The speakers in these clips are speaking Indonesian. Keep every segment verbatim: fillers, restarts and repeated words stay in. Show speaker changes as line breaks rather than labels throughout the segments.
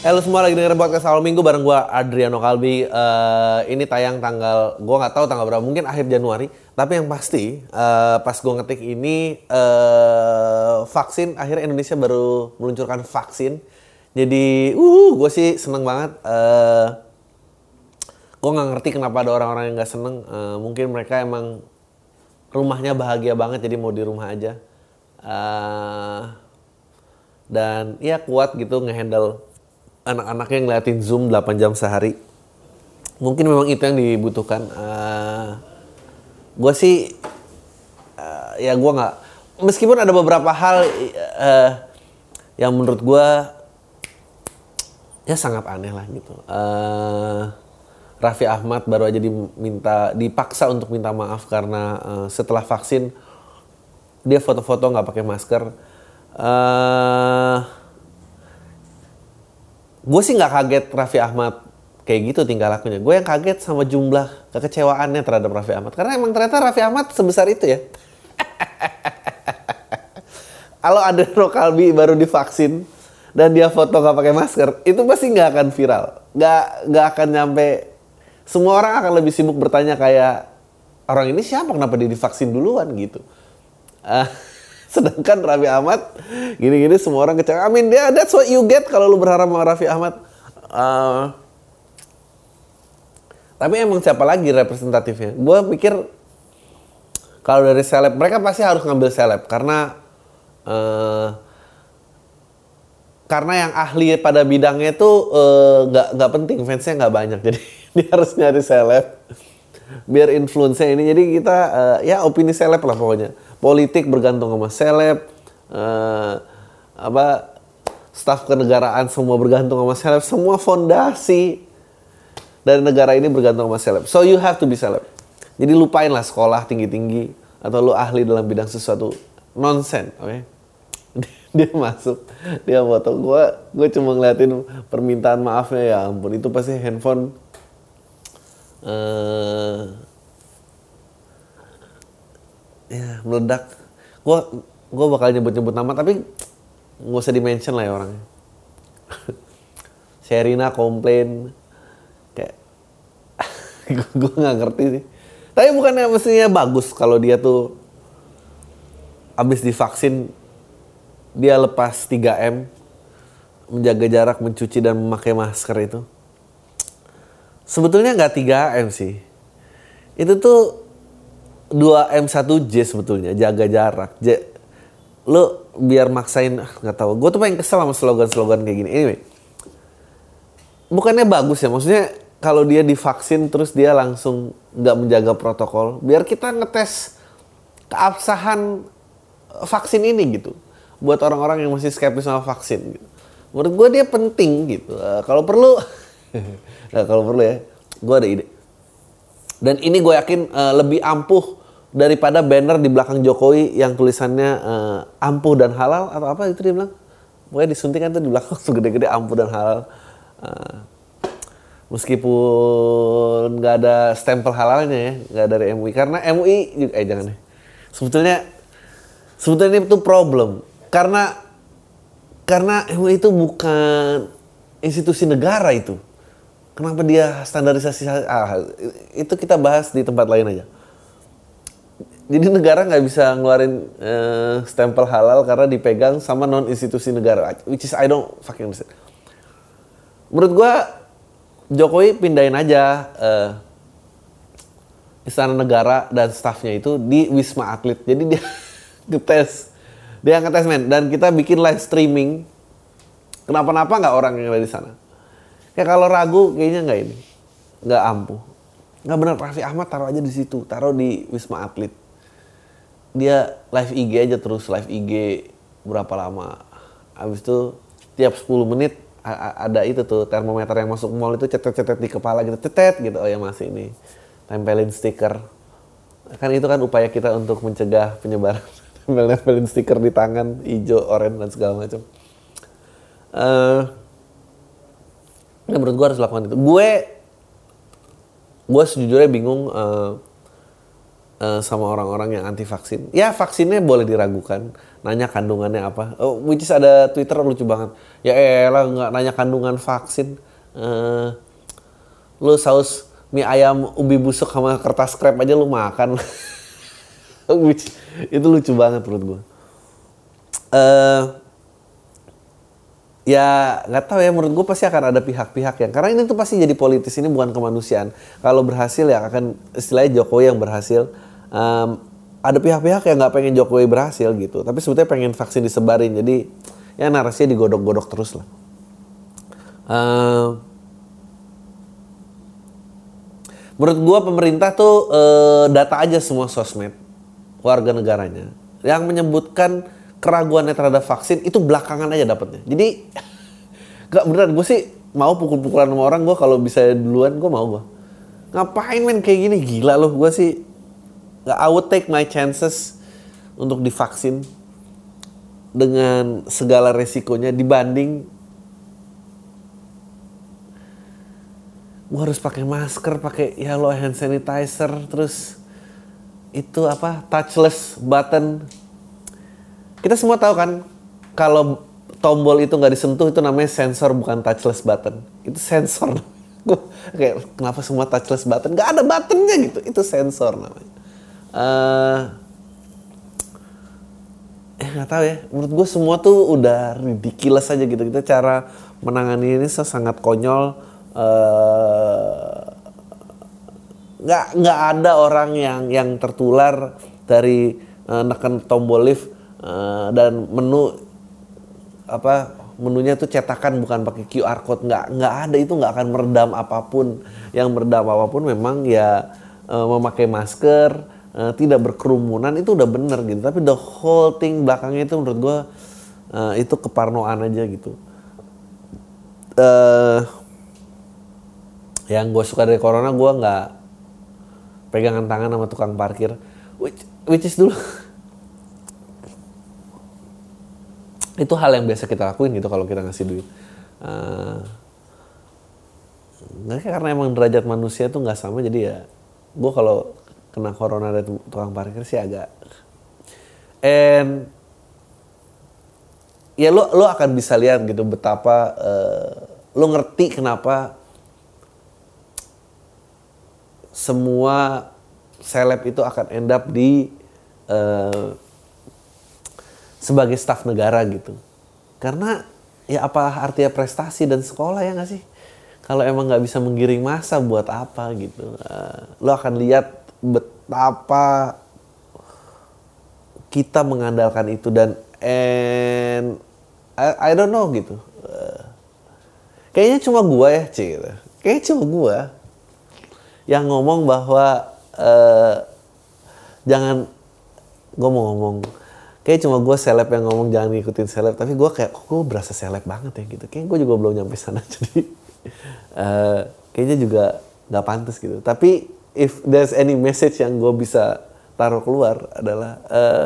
Halo semua, lagi dengerin podcast awal minggu bareng gue Adriano Kalbi. Uh, ini tayang tanggal, gue nggak tahu tanggal berapa, mungkin akhir Januari. Tapi yang pasti uh, pas gue ngetik ini uh, vaksin, akhirnya Indonesia baru meluncurkan vaksin. Jadi, uh, gue sih seneng banget. Uh, gue nggak ngerti kenapa ada orang-orang yang nggak seneng. Uh, mungkin mereka emang rumahnya bahagia banget, jadi mau di rumah aja. Uh, dan ya kuat gitu ngehandle anak-anaknya ngeliatin Zoom delapan jam sehari. Mungkin memang itu yang dibutuhkan. Uh, gue sih, uh, ya gue nggak. Meskipun ada beberapa hal uh, yang menurut gue ya sangat aneh lah gitu. Uh, Raffi Ahmad baru aja diminta, dipaksa untuk minta maaf karena uh, setelah vaksin dia foto-foto nggak pakai masker. Uh, Gue sih nggak kaget Raffi Ahmad kayak gitu tingkah lakunya. Gue yang kaget sama jumlah kekecewaannya terhadap Raffi Ahmad. Karena emang ternyata Raffi Ahmad sebesar itu ya. Kalau ada Kalbi baru divaksin dan dia foto nggak pakai masker, itu pasti nggak akan viral. Nggak nggak akan nyampe. Semua orang akan lebih sibuk bertanya kayak, orang ini siapa, kenapa dia divaksin duluan gitu. Uh, Sedangkan Raffi Ahmad gini-gini semua orang kecewa. I mean, yeah, that's what you get kalau lu berharap sama Raffi Ahmad. Uh, tapi emang siapa lagi representatifnya? Gue pikir kalau dari seleb, mereka pasti harus ngambil seleb karena uh, karena yang ahli pada bidangnya itu nggak uh, nggak penting, fansnya nggak banyak, jadi dia harus nyari seleb biar influence-nya ini. Jadi kita uh, ya opini seleb lah pokoknya. Politik bergantung sama seleb, uh, apa staf kenegaraan semua bergantung sama seleb, semua fondasi dari negara ini bergantung sama seleb. So you have to be seleb. Jadi lupain lah sekolah tinggi-tinggi atau lu ahli dalam bidang sesuatu, nonsense, oke? Okay? Dia masuk, dia foto, gue gue cuma ngeliatin permintaan maafnya, ya ampun, itu pasti handphone. Uh, ya meledak. Gue gue bakal nyebut-nyebut nama tapi nggak usah di-mention lah ya orangnya. Sherina komplain kayak gue nggak ngerti sih. Tapi bukannya mestinya bagus kalau dia tuh abis divaksin dia lepas tiga M, menjaga jarak, mencuci dan memakai masker itu. Sebetulnya nggak tiga M sih. Itu tuh dua M satu J sebetulnya, jaga jarak. J, lu biar maksain, nggak tahu. Gue tuh paling kesel sama slogan-slogan kayak gini. Anyway, bukannya bagus ya, maksudnya kalau dia divaksin terus dia langsung nggak menjaga protokol, biar kita ngetes keabsahan vaksin ini gitu. Buat orang-orang yang masih skeptis sama vaksin gitu. Menurut gue dia penting gitu. Uh, kalau perlu, nah, kalau perlu ya, gue ada ide. Dan ini gue yakin uh, lebih ampuh daripada banner di belakang Jokowi yang tulisannya uh, ampuh dan halal atau apa itu dia bilang. Pokoknya disuntikan tuh di belakang tuh gede-gede ampuh dan halal. Uh, meskipun nggak ada stempel halalnya ya, nggak dari M U I. Karena M U I juga, eh jangan deh. Sebetulnya sebetulnya itu problem. Karena karena M U I itu bukan institusi negara itu. Kenapa dia standarisasi? Ah, itu kita bahas di tempat lain aja. Jadi negara nggak bisa ngeluarin uh, stempel halal karena dipegang sama non institusi negara, which is I don't fucking understand. Menurut gua Jokowi pindahin aja uh, istana negara dan stafnya itu di Wisma Atlet. Jadi dia ngetes, dia ngetes men, dan kita bikin live streaming. Kenapa-napa nggak orang yang ada di sana? Kayak kalau ragu kayaknya nggak ini, nggak ampuh, nggak benar. Raffi Ahmad taruh aja di situ, taruh di Wisma Atlet. Dia live I G aja terus, live I G berapa lama. Abis itu tiap sepuluh menit a- ada itu tuh termometer yang masuk mall itu cetet-cetet di kepala gitu, cetet gitu. Oh ya masih ini, tempelin stiker. Kan itu kan upaya kita untuk mencegah penyebaran. Tempel-tempelin stiker di tangan, hijau, oranye dan segala macam. Uh, ya menurut gue harus lakukan itu. Gue gue sejujurnya bingung uh, uh, sama orang-orang yang anti vaksin. Ya vaksinnya boleh diragukan, nanya kandungannya apa. Oh, which is ada Twitter lucu banget. Ya elah nggak nanya kandungan vaksin. Uh, lu saus mie ayam ubi busuk sama kertas krep aja lu makan. Which, itu lucu banget menurut gue. Uh, ya nggak tahu ya, menurut gue pasti akan ada pihak-pihak yang, karena ini tuh pasti jadi politis, ini bukan kemanusiaan. Kalau berhasil ya akan istilahnya Jokowi yang berhasil. Um, ada pihak-pihak yang nggak pengen Jokowi berhasil gitu, tapi sebetulnya pengen vaksin disebarin. Jadi ya narasinya digodok-godok terus lah. Uh, menurut gue pemerintah tuh uh, data aja semua sosmed warga negaranya yang menyebutkan keraguannya terhadap vaksin itu belakangan aja dapatnya. Jadi gak beneran, gue sih mau pukul-pukulan sama orang, gue kalau bisa duluan gue mau gue. Ngapain men kayak gini, gila loh. Gue sih gak, I would take my chances untuk divaksin dengan segala resikonya dibanding gue harus pakai masker, pakai ya lo hand sanitizer, terus itu apa touchless button. Kita semua tahu kan, kalau tombol itu nggak disentuh itu namanya sensor, bukan touchless button. Itu sensor. Gue kayak kenapa semua touchless button? Nggak ada buttonnya gitu. Itu sensor namanya. Uh, eh nggak tahu ya. Menurut gue semua tuh udah ridiculous aja gitu. Kita cara menangani ini sangat konyol. Uh, nggak nggak ada orang yang yang tertular dari uh, neken tombol lift. Uh, dan menu apa menunya tuh cetakan, bukan pakai Q R code. nggak nggak ada, itu nggak akan meredam apapun. Yang meredam apapun memang ya uh, memakai masker, uh, tidak berkerumunan, itu udah bener gitu. Tapi the whole thing belakangnya itu menurut gue uh, itu keparnoan aja gitu. Uh, yang gue suka dari corona, gue nggak pegangan tangan sama tukang parkir, which, which is dulu itu hal yang biasa kita lakuin gitu kalau kita ngasih duit. Uh, karena emang derajat manusia tuh nggak sama, jadi ya gue kalau kena corona dari tukang parkir sih agak. And ya lo lo akan bisa lihat gitu betapa uh, lo ngerti kenapa semua seleb itu akan end up di uh, sebagai staf negara gitu. Karena ya apa artinya prestasi dan sekolah, ya nggak sih? Kalau emang nggak bisa menggiring massa buat apa gitu. Uh, lo akan lihat betapa kita mengandalkan itu, dan and I, I don't know gitu. Uh, kayaknya cuma gua ya, Ci. Gitu. Kayaknya cuma gua yang ngomong bahwa uh, jangan, gua mau ngomong, kayak cuma gue seleb yang ngomong jangan ngikutin seleb, tapi gue kayak kok gue berasa seleb banget ya gitu. Kayaknya gue juga belum nyampe sana, jadi uh, kayaknya juga nggak pantas gitu. Tapi if there's any message yang gue bisa taruh keluar adalah uh,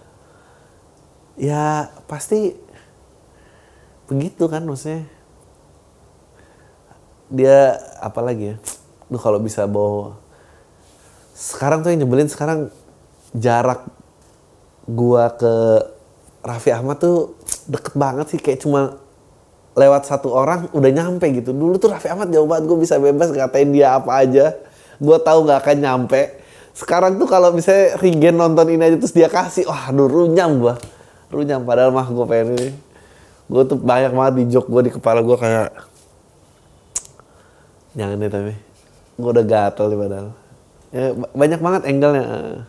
ya pasti begitu kan, maksudnya dia apalagi ya, duh kalau bisa bawa sekarang tuh yang nyebelin sekarang jarak gua ke Raffi Ahmad tuh deket banget sih, kayak cuma lewat satu orang udah nyampe gitu. Dulu tuh Raffi Ahmad jauh banget, gue bisa bebas ngatain dia apa aja, gue tahu nggak akan nyampe. Sekarang tuh kalau misalnya Regen nonton ini aja terus dia kasih, wah aduh runyam gue, runyam. Padahal mah gue pengen ini, gue tuh banyak banget di jok gue di kepala gue kayak jangan deh, tapi gue udah gatel nih padahal. Ya, banyak banget angle-nya.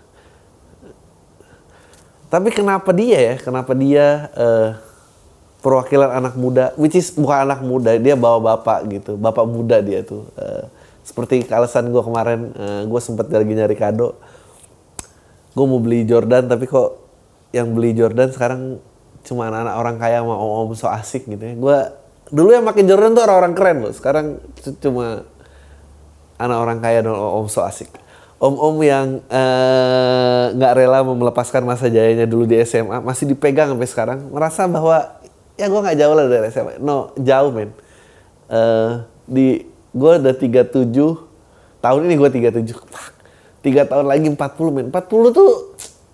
Tapi kenapa dia ya? Kenapa dia uh, perwakilan anak muda, which is bukan anak muda, dia bawa bapak gitu, bapak muda dia tuh. Uh, seperti alasan gue kemarin, uh, gue sempet lagi nyari kado, gue mau beli Jordan, tapi kok yang beli Jordan sekarang cuma anak-anak orang kaya sama om-om so asik gitu ya. Gue dulu yang pakai Jordan tuh orang-orang keren loh, sekarang cuma anak orang kaya dan om-om so asik. Om-om yang nggak uh, rela melepaskan masa jayanya dulu di S M A, masih dipegang sampai sekarang. Merasa bahwa ya gue nggak jauh lah dari S M A. No, jauh men. Uh, di gue udah tiga puluh tujuh tahun ini, gue tiga puluh tujuh. Tiga tahun lagi empat puluh men. empat puluh tuh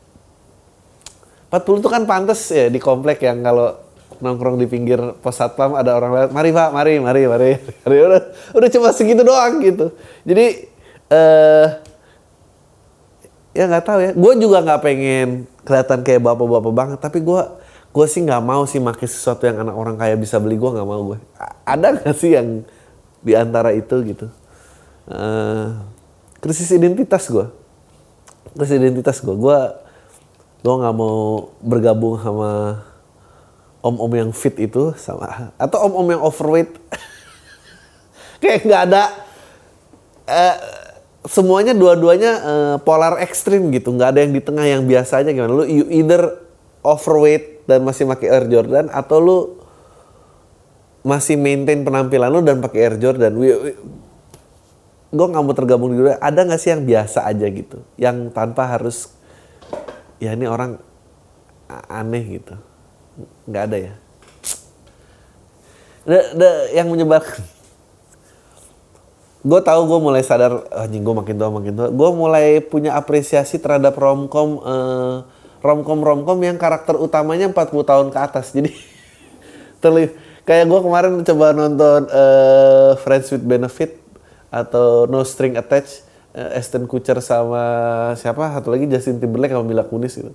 empat puluh tuh kan pantas ya di komplek yang kalau nongkrong di pinggir pos satpam ada orang lewat, mari pak, mari, mari, mari, mari. Udah, udah cuma segitu doang gitu. Jadi eh ya nggak tahu ya. Gue juga nggak pengen kelihatan kayak bapak-bapak banget, tapi gue gue sih nggak mau sih pakai sesuatu yang anak orang kaya bisa beli. Gue nggak mau gue. Ada nggak sih yang di antara itu gitu? Uh, krisis identitas gue, krisis identitas gue. Gue gue nggak mau bergabung sama om-om yang fit itu sama atau om-om yang overweight. Kayak nggak ada. Uh, semuanya dua-duanya uh, polar ekstrim gitu, nggak ada yang di tengah yang biasa aja. Gimana lu, you either overweight dan masih pakai Air Jordan atau lu masih maintain penampilan lu dan pakai Air Jordan. Gue nggak mau tergabung di dua. Ada nggak sih yang biasa aja gitu, yang tanpa harus ya ini orang aneh gitu. Nggak ada ya. The, the, yang menyebalkan. Gue tahu gue mulai sadar, anjing gue makin tua makin tua. Gue mulai punya apresiasi terhadap romcom, eh, romcom romcom yang karakter utamanya empat puluh tahun ke atas. Jadi terlihat kayak gue kemarin coba nonton eh, Friends with Benefit atau No String Attached, eh, Ashton Kutcher sama siapa satu lagi Justin Timberlake sama Mila Kunis gitu.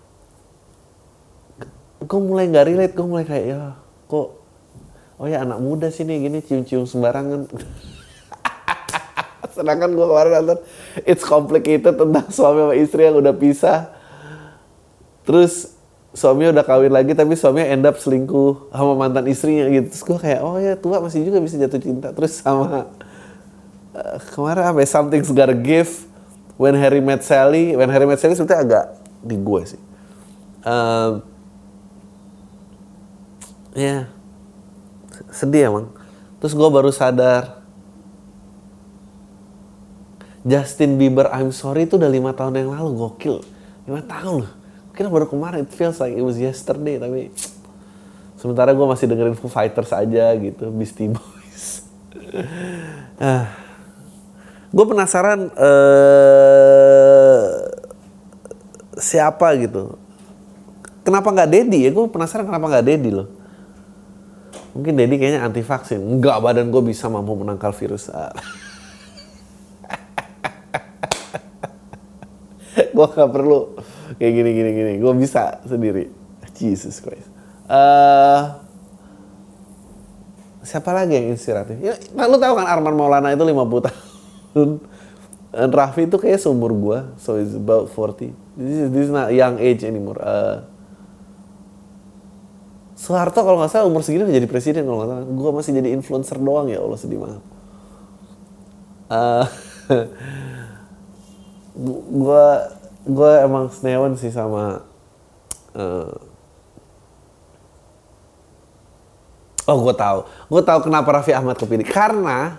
Gue mulai nggak relate, gue mulai kayak ya kok, oh ya anak muda sih nih gini cium-cium sembarangan. Sedangkan gue kemarin nonton It's Complicated tentang suami sama istri yang udah pisah. Terus suaminya udah kawin lagi tapi suaminya end up selingkuh sama mantan istrinya gitu. Terus gue kayak oh ya tua masih juga bisa jatuh cinta. Terus sama uh, kemarin apa ya, Something's Gotta Give, When Harry Met Sally. When Harry Met Sally sebetulnya agak di gue sih. Uh, ya sedih emang. Terus gue baru sadar Justin Bieber I'm Sorry itu udah lima tahun yang lalu. Gokil, lima tahun loh. Kira baru kemarin, it feels like it was yesterday. Tapi sementara gue masih dengerin Foo Fighters aja gitu, Beastie Boys. ah. Gue penasaran uh, siapa gitu. Kenapa nggak Dedi ya? Gue penasaran kenapa nggak Dedi loh. Mungkin Dedi kayaknya anti vaksin. Enggak, badan gue bisa mampu menangkal virus. Gue gak perlu kayak gini gini gini. Gue bisa sendiri. Jesus Christ. Uh, siapa lagi yang inspiratif? Ya, lu tahu kan Arman Maulana itu lima puluh tahun. Dan Raffi itu kayak seumur gue. So it's about forty. This is, this is not young age anymore. Uh, Soeharto kalau gak salah umur segini udah jadi presiden kalau gak salah. Gue masih jadi influencer doang, ya Allah sedih banget. Uh, gue gue emang senewan sih sama uh, oh gue tahu gue tahu kenapa Raffi Ahmad kepilih, karena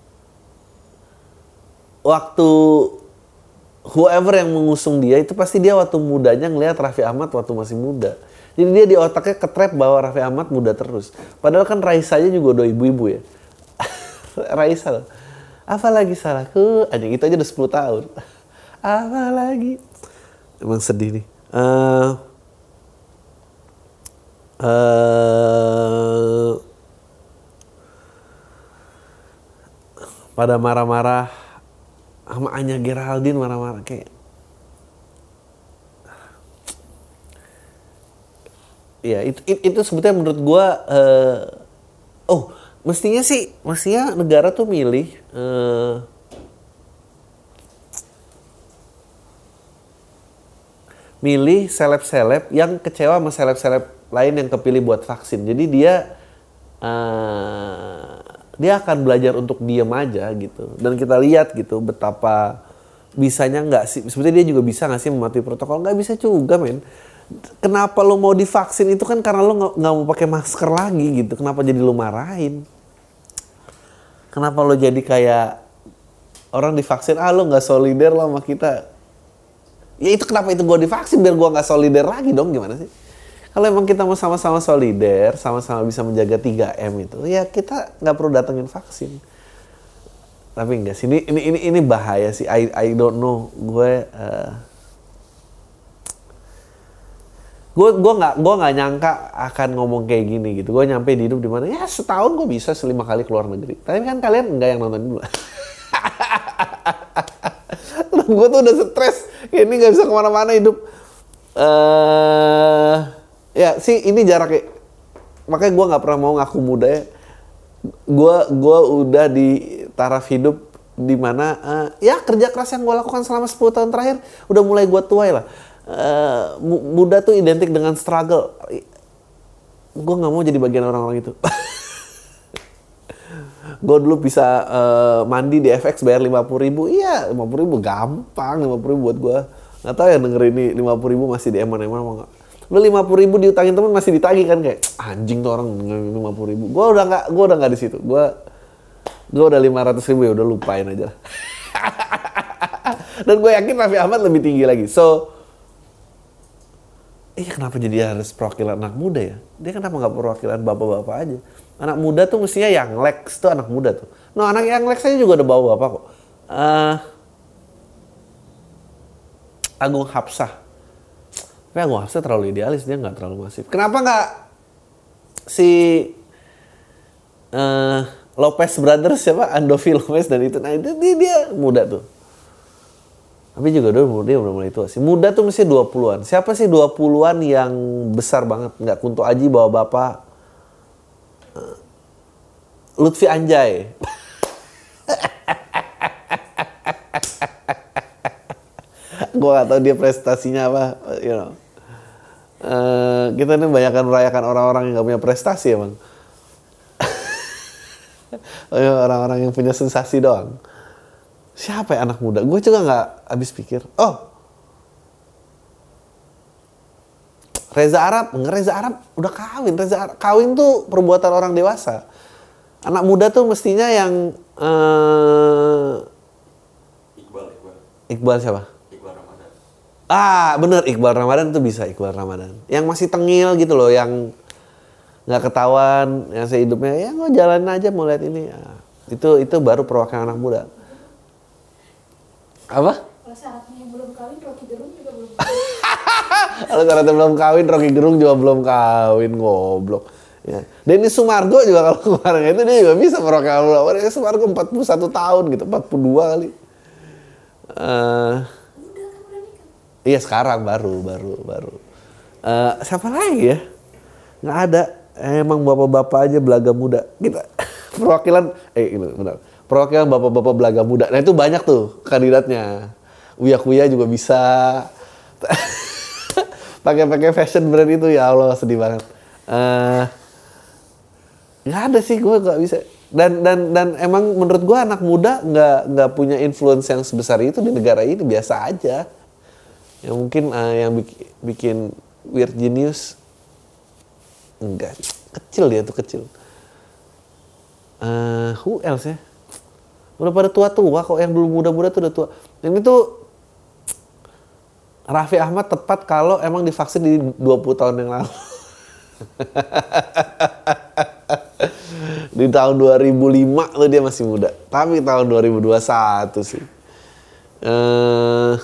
waktu whoever yang mengusung dia itu pasti dia waktu mudanya ngelihat Raffi Ahmad waktu masih muda, jadi dia di otaknya ketrap bahwa Raffi Ahmad muda terus, padahal kan Raisanya juga udah ibu-ibu ya. Raisa loh. Apa lagi salahku? Anjing itu aja udah sepuluh tahun. Apa lagi? Emang sedih nih. Uh, uh, pada marah-marah sama Anya Geraldine, marah-marah kayak. Ya itu itu, itu sebetulnya menurut gue. Uh, oh mestinya sih, mestinya negara tuh milih. Uh, milih seleb-seleb yang kecewa sama seleb-seleb lain yang kepilih buat vaksin. Jadi dia uh, dia akan belajar untuk diem aja gitu. Dan kita lihat gitu betapa bisanya nggak sih. Sebetulnya dia juga bisa nggak sih mematuhi protokol? Nggak bisa juga men. Kenapa lo mau divaksin itu kan karena lo nggak mau pakai masker lagi gitu. Kenapa jadi lo marahin? Kenapa lo jadi kayak orang divaksin, ah lo nggak solider lo sama kita? Ya itu kenapa itu gue divaksin, biar gue gak solider lagi dong, gimana sih? Kalau emang kita mau sama-sama solider, sama-sama bisa menjaga tiga M itu, ya kita gak perlu datengin vaksin. Tapi enggak sih, ini ini ini, ini bahaya sih. I I don't know. Gue uh, gue gue nggak gue nggak nyangka akan ngomong kayak gini gitu. Gue nyampe di hidup di mana ya setahun gue bisa selima kali keluar negeri. Tapi kan kalian enggak yang nonton dulu. Gue tuh udah stres, ini nggak bisa kemana-mana hidup. Uh, ya sih ini jaraknya. Makanya gue nggak pernah mau ngaku muda ya. Gue gue udah di taraf hidup di mana uh, ya kerja keras yang gue lakukan selama sepuluh tahun terakhir udah mulai gue tuai lah. Uh, muda tuh identik dengan struggle. Gue nggak mau jadi bagian orang-orang itu. Gue dulu bisa uh, mandi di F X bayar lima puluh ribu. Iya, lima puluh ribu gampang. lima puluh ribu buat gue. Nggak tahu ya denger ini lima puluh ribu masih di eman-eman apa nggak. Lu lima puluh ribu diutangin temen masih ditagih kan, kayak anjing tuh orang lima puluh ribu. Gue udah nggak, gue udah nggak di situ. Gue gue udah lima ratus ribu ya udah lupain aja. Dan gue yakin Raffi Ahmad lebih tinggi lagi. So, iya kenapa jadi harus perwakilan anak muda ya? Dia kenapa nggak perwakilan bapak-bapak aja? Anak muda tuh mestinya yang Lex tuh anak muda tuh. No, anak yang Lex aja juga udah bawa bapak kok. Uh, Agung Hapsah. Tapi Agung Hapsah terlalu idealis, dia nggak terlalu masif. Kenapa nggak si uh, Lopez Brothers siapa? Andovi Lopez dan itu. Nah itu dia, dia muda tuh. Tapi juga dia, dia udah mulai tua sih. Muda tuh mesti dua puluhan. Siapa sih dua puluhan yang besar banget? Nggak Kunto Aji bawa bapak. Uh, Lutfi Anjay. Gue gak tahu dia prestasinya apa. You know. Uh, kita ini banyakkan merayakan orang-orang yang gak punya prestasi emang. Orang-orang yang punya sensasi doang. Siapa ya anak muda? Gue juga gak habis pikir. Oh, Reza Arab. Enggak, Reza Arab udah kawin. Reza Arab. Kawin tuh perbuatan orang dewasa. Anak muda tuh mestinya yang uh...
Iqbal, Iqbal.
Iqbal siapa?
Iqbal Ramadan.
Ah, bener, Iqbal Ramadan tuh bisa, Iqbal Ramadan. Yang masih tengil gitu loh, yang nggak ketahuan, yang saya hidupnya ya gue jalan aja mau lihat ini. Ya. Itu itu baru perwakilan anak muda. Apa?
Kalau syaratnya belum kawin, Rocky Gerung juga belum kawin.
Kalau syaratnya belum kawin, Rocky Gerung juga belum kawin, goblok. Ya. Denny Sumargo juga kalau kemarin itu dia juga bisa perwakilan anak muda. Denny Sumargo empat puluh satu tahun gitu, empat puluh dua kali. Uh,
Udah kan udah nikah.
Iya sekarang baru baru baru. Uh, siapa lagi ya? Nggak ada. Emang bapak-bapak aja belaga muda. Kita perwakilan eh ini benar. Perwakilan bapak-bapak belaga muda. Nah itu banyak tuh kandidatnya. Uya-Kuya juga bisa. Pakai-pakai fashion brand itu ya Allah sedih banget. Uh, nggak ada sih, gue nggak bisa. Dan dan dan emang menurut gue anak muda nggak nggak punya influence yang sebesar itu di negara ini, biasa aja. Ya mungkin uh, yang bikin, bikin weird genius enggak, kecil dia tuh kecil. Uh, who else ya? Udah pada tua-tua kok, yang dulu muda-muda tuh udah tua. Ini tuh Raffi Ahmad tepat kalau emang divaksin di dua puluh tahun yang lalu. Di tahun dua ribu lima tuh dia masih muda. Tapi tahun dua ribu dua puluh satu sih. Uh,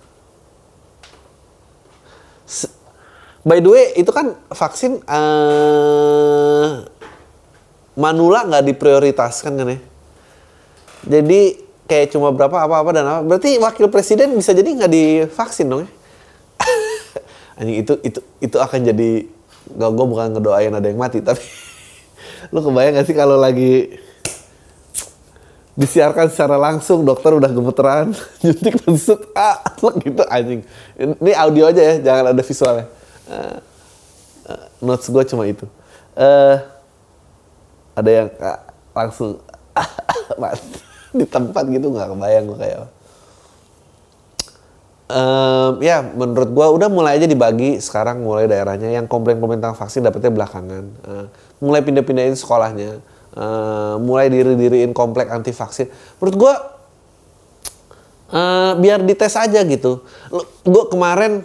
by the way, itu kan vaksin uh, manula nggak diprioritaskan kan ya? Jadi kayak cuma berapa apa-apa dan apa. Berarti wakil presiden bisa jadi nggak divaksin dong ya? Anjing itu itu itu akan jadi, nggak, gue bukan ngedoain ada yang mati, tapi lu kebayang nggak sih kalau lagi disiarkan secara langsung dokter udah gemeteran nyuntik maksud ah gitu anjing. Ini audio aja ya, jangan ada visualnya. Uh, uh, notes gue cuma itu. Uh, ada yang uh, langsung di tempat gitu, nggak kebayang gue kayak. Um, ya menurut gue udah mulai aja dibagi sekarang, mulai daerahnya yang komplain-komplain tentang vaksin dapetnya belakangan. Uh, mulai pindah-pindahin sekolahnya, uh, mulai diri-diriin komplek anti vaksin. Menurut gue uh, biar dites aja gitu. Gue kemarin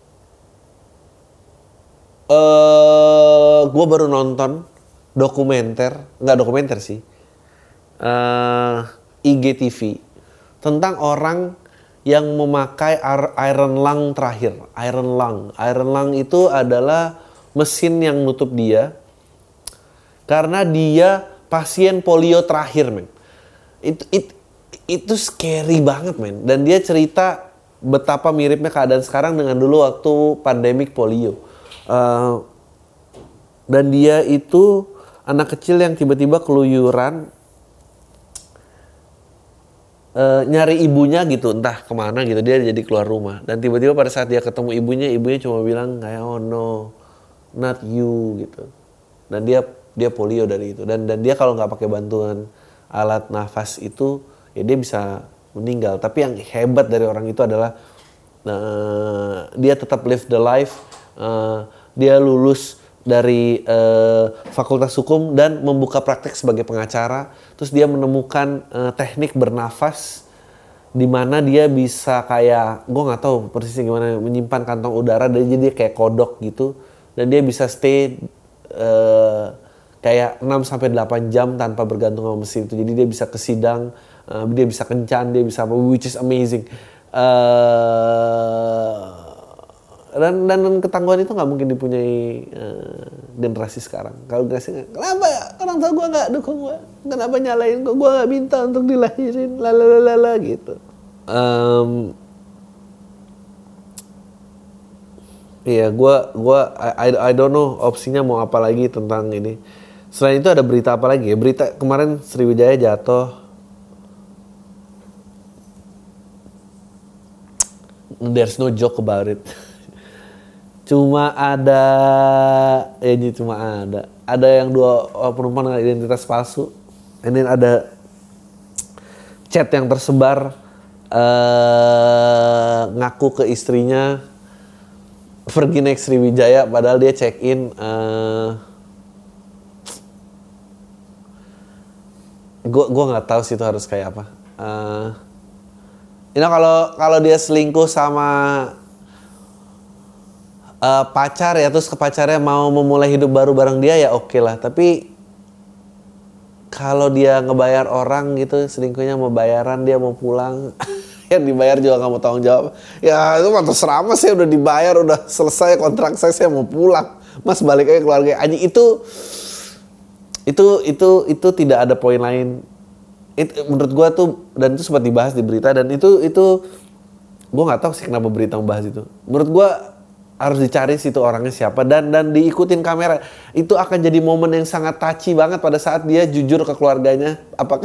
uh, gue baru nonton dokumenter, nggak dokumenter sih. Uh, I G T V tentang orang yang memakai iron lung terakhir. Iron lung. Iron lung itu adalah mesin yang nutup dia karena dia pasien polio terakhir, men. Itu it, itu scary banget, men. Dan dia cerita betapa miripnya keadaan sekarang dengan dulu waktu pandemik polio. Uh, dan dia itu anak kecil yang tiba-tiba keluyuran, uh, nyari ibunya gitu, entah kemana gitu. Dia jadi keluar rumah. Dan tiba-tiba pada saat dia ketemu ibunya, ibunya cuma bilang kayak, oh no, not you gitu. Dan dia dia polio dari itu. Dan dan dia kalau nggak pakai bantuan alat nafas itu, ya dia bisa meninggal. Tapi yang hebat dari orang itu adalah uh, dia tetap live the life. Uh, dia lulus dari uh, fakultas hukum dan membuka praktek sebagai pengacara. Terus dia menemukan uh, teknik bernafas di mana dia bisa kayak, gue nggak tahu persisnya gimana, menyimpan kantong udara. Dan jadi dia kayak kodok gitu. Dan dia bisa stay uh, kayak enam sampai delapan jam tanpa bergantung sama mesin itu. Jadi dia bisa ke sidang, uh, dia bisa kencan, dia bisa apa, which is amazing. Uh, dan, dan ketangguhan itu nggak mungkin dipunyai uh, generasi sekarang. Kalau generasi, kenapa ya orang tua gue nggak dukung gue? Kenapa nyalain gue? Gue nggak minta untuk dilahirin, lalalala gitu. Um, Iya, gue, gue, I, I don't know opsinya mau apa lagi tentang ini. Selain itu ada berita apa lagi ya? Berita kemarin Sriwijaya jatuh. There's no joke about it. Cuma ada, ya ini cuma ada. Ada yang dua penumpang dengan identitas palsu. And then ada chat yang tersebar uh, ngaku ke istrinya pergi naik Sriwijaya padahal dia check in. Uh, gue gue nggak tahu sih itu harus kayak apa. Uh, you know, kalau kalau dia selingkuh sama uh, pacar ya, terus ke pacarnya mau memulai hidup baru bareng dia ya oke okay lah. Tapi kalau dia ngebayar orang gitu, selingkuhnya mau bayaran, dia mau pulang, yang dibayar juga nggak mau tanggung jawab. Ya itu mah terserah mas, saya udah dibayar, udah selesai kontrak saya, saya mau pulang. Mas balik aja keluarga. Anjing itu. Itu itu itu tidak ada poin lain. It, menurut gue tuh, dan itu sempat dibahas di berita, dan itu itu gue nggak tahu sih kenapa berita membahas itu. Menurut gue harus dicari situ orangnya siapa dan dan diikutin kamera. Itu akan jadi momen yang sangat touchy banget pada saat dia jujur ke keluarganya. Apakah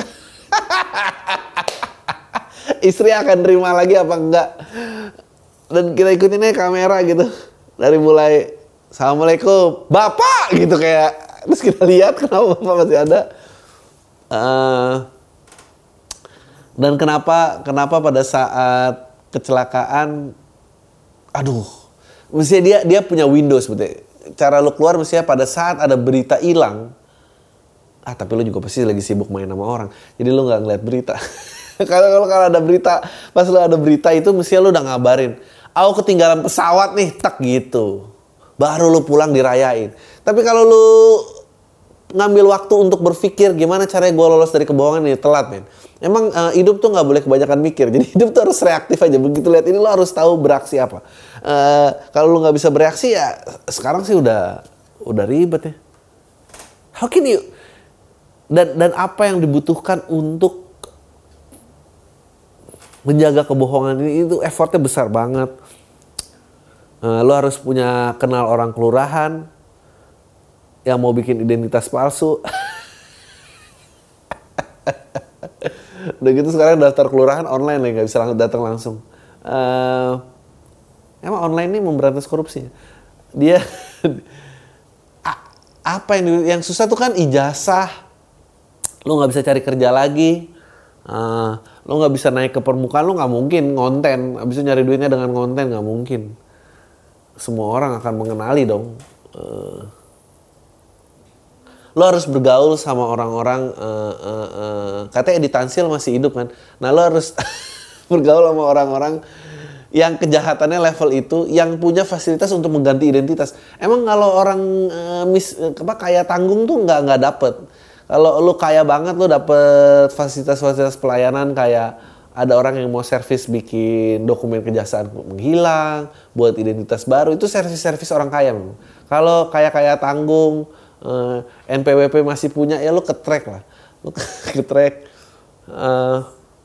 istri akan terima lagi apa enggak? Dan kita ikutin aja kamera gitu dari mulai assalamualaikum bapak gitu kayak. Terus kita lihat kenapa bapak masih ada. Uh, dan kenapa kenapa pada saat kecelakaan, aduh, mestinya dia dia punya window sebetulnya. Cara lu keluar mestinya pada saat ada berita hilang. Ah tapi lu juga pasti lagi sibuk main sama orang, jadi lu nggak ngeliat berita. Kalau kalau kalau ada berita, pas lu ada berita itu mestinya lu udah ngabarin. Aku ketinggalan pesawat nih, tak gitu. Baru lu pulang dirayain. Tapi kalau lu ngambil waktu untuk berpikir gimana caranya gue lolos dari kebohongan ini, telat men. Emang uh, hidup tuh nggak boleh kebanyakan mikir. Jadi hidup tuh harus reaktif aja. Begitu lihat ini lo harus tahu beraksi apa. Uh, kalau lu nggak bisa bereaksi ya sekarang sih udah udah ribet ya. How can you? Dan dan apa yang dibutuhkan untuk menjaga kebohongan ini, itu effortnya besar banget. Uh, lo harus punya kenal orang kelurahan yang mau bikin identitas palsu. Udah gitu sekarang daftar kelurahan online lah, nggak bisa lang- datang langsung. Uh, emang online ini memberantas korupsi. Dia apa yang yang susah tuh kan ijazah. Lo nggak bisa cari kerja lagi. Uh, lo nggak bisa naik ke permukaan, lo nggak mungkin ngonten. Abis itu nyari duitnya dengan konten nggak mungkin. Semua orang akan mengenali dong. Uh, lo harus bergaul sama orang-orang, uh, uh, uh, katanya Edi Tansil masih hidup kan. Nah lo harus bergaul sama orang-orang yang kejahatannya level itu, yang punya fasilitas untuk mengganti identitas. Emang kalau orang uh, mis, apa kayak tanggung tuh nggak nggak dapet. Kalau lu kaya banget lu dapet fasilitas-fasilitas pelayanan kayak ada orang yang mau servis bikin dokumen kejahatan menghilang, buat identitas baru, itu servis-servis orang kaya. Kalau kaya-kaya tanggung, eh, N P W P masih punya, ya lu ke-track lah. Lu ke-track. Eh,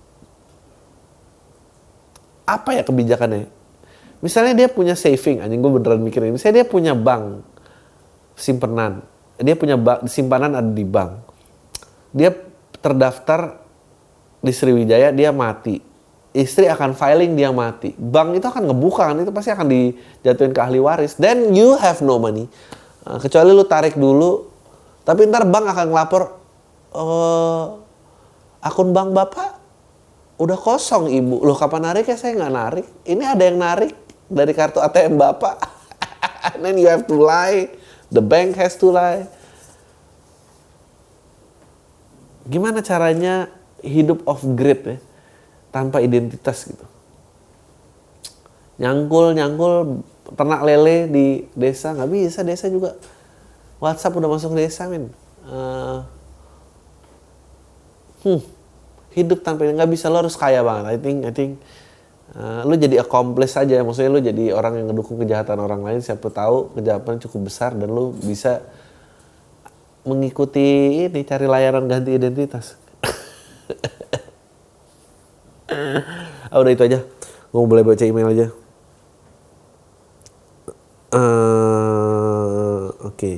apa ya kebijakannya? Misalnya dia punya saving, anjing gue beneran mikirin. Misalnya dia punya bank simpenan, dia punya bank, simpanan ada di bank. Dia terdaftar di Sriwijaya, dia mati. Istri akan filing, dia mati. Bank itu akan ngebuka kan, itu pasti akan dijatuhin ke ahli waris. Then you have no money. Uh, kecuali lu tarik dulu, tapi ntar bank akan ngelapor, uh, akun bank bapak udah kosong ibu. Loh kapan narik ya? Saya nggak narik. Ini ada yang narik dari kartu A T M bapak. And then you have to lie. The bank has to lie. Gimana caranya hidup off grid ya, tanpa identitas gitu. Nyangkul, nyangkul ternak lele di desa, nggak bisa, desa juga. WhatsApp udah masuk desa men. Uh, hmm, hidup tanpa nggak bisa, lo harus kaya banget. I think, I think uh, lo jadi accomplice aja, maksudnya lo jadi orang yang ngedukung kejahatan orang lain. Siapa tahu kejahatan cukup besar dan lo bisa mengikuti ini, cari layanan ganti identitas. Ah, udah itu aja. Gue boleh baca email aja. Uh, Oke. Okay.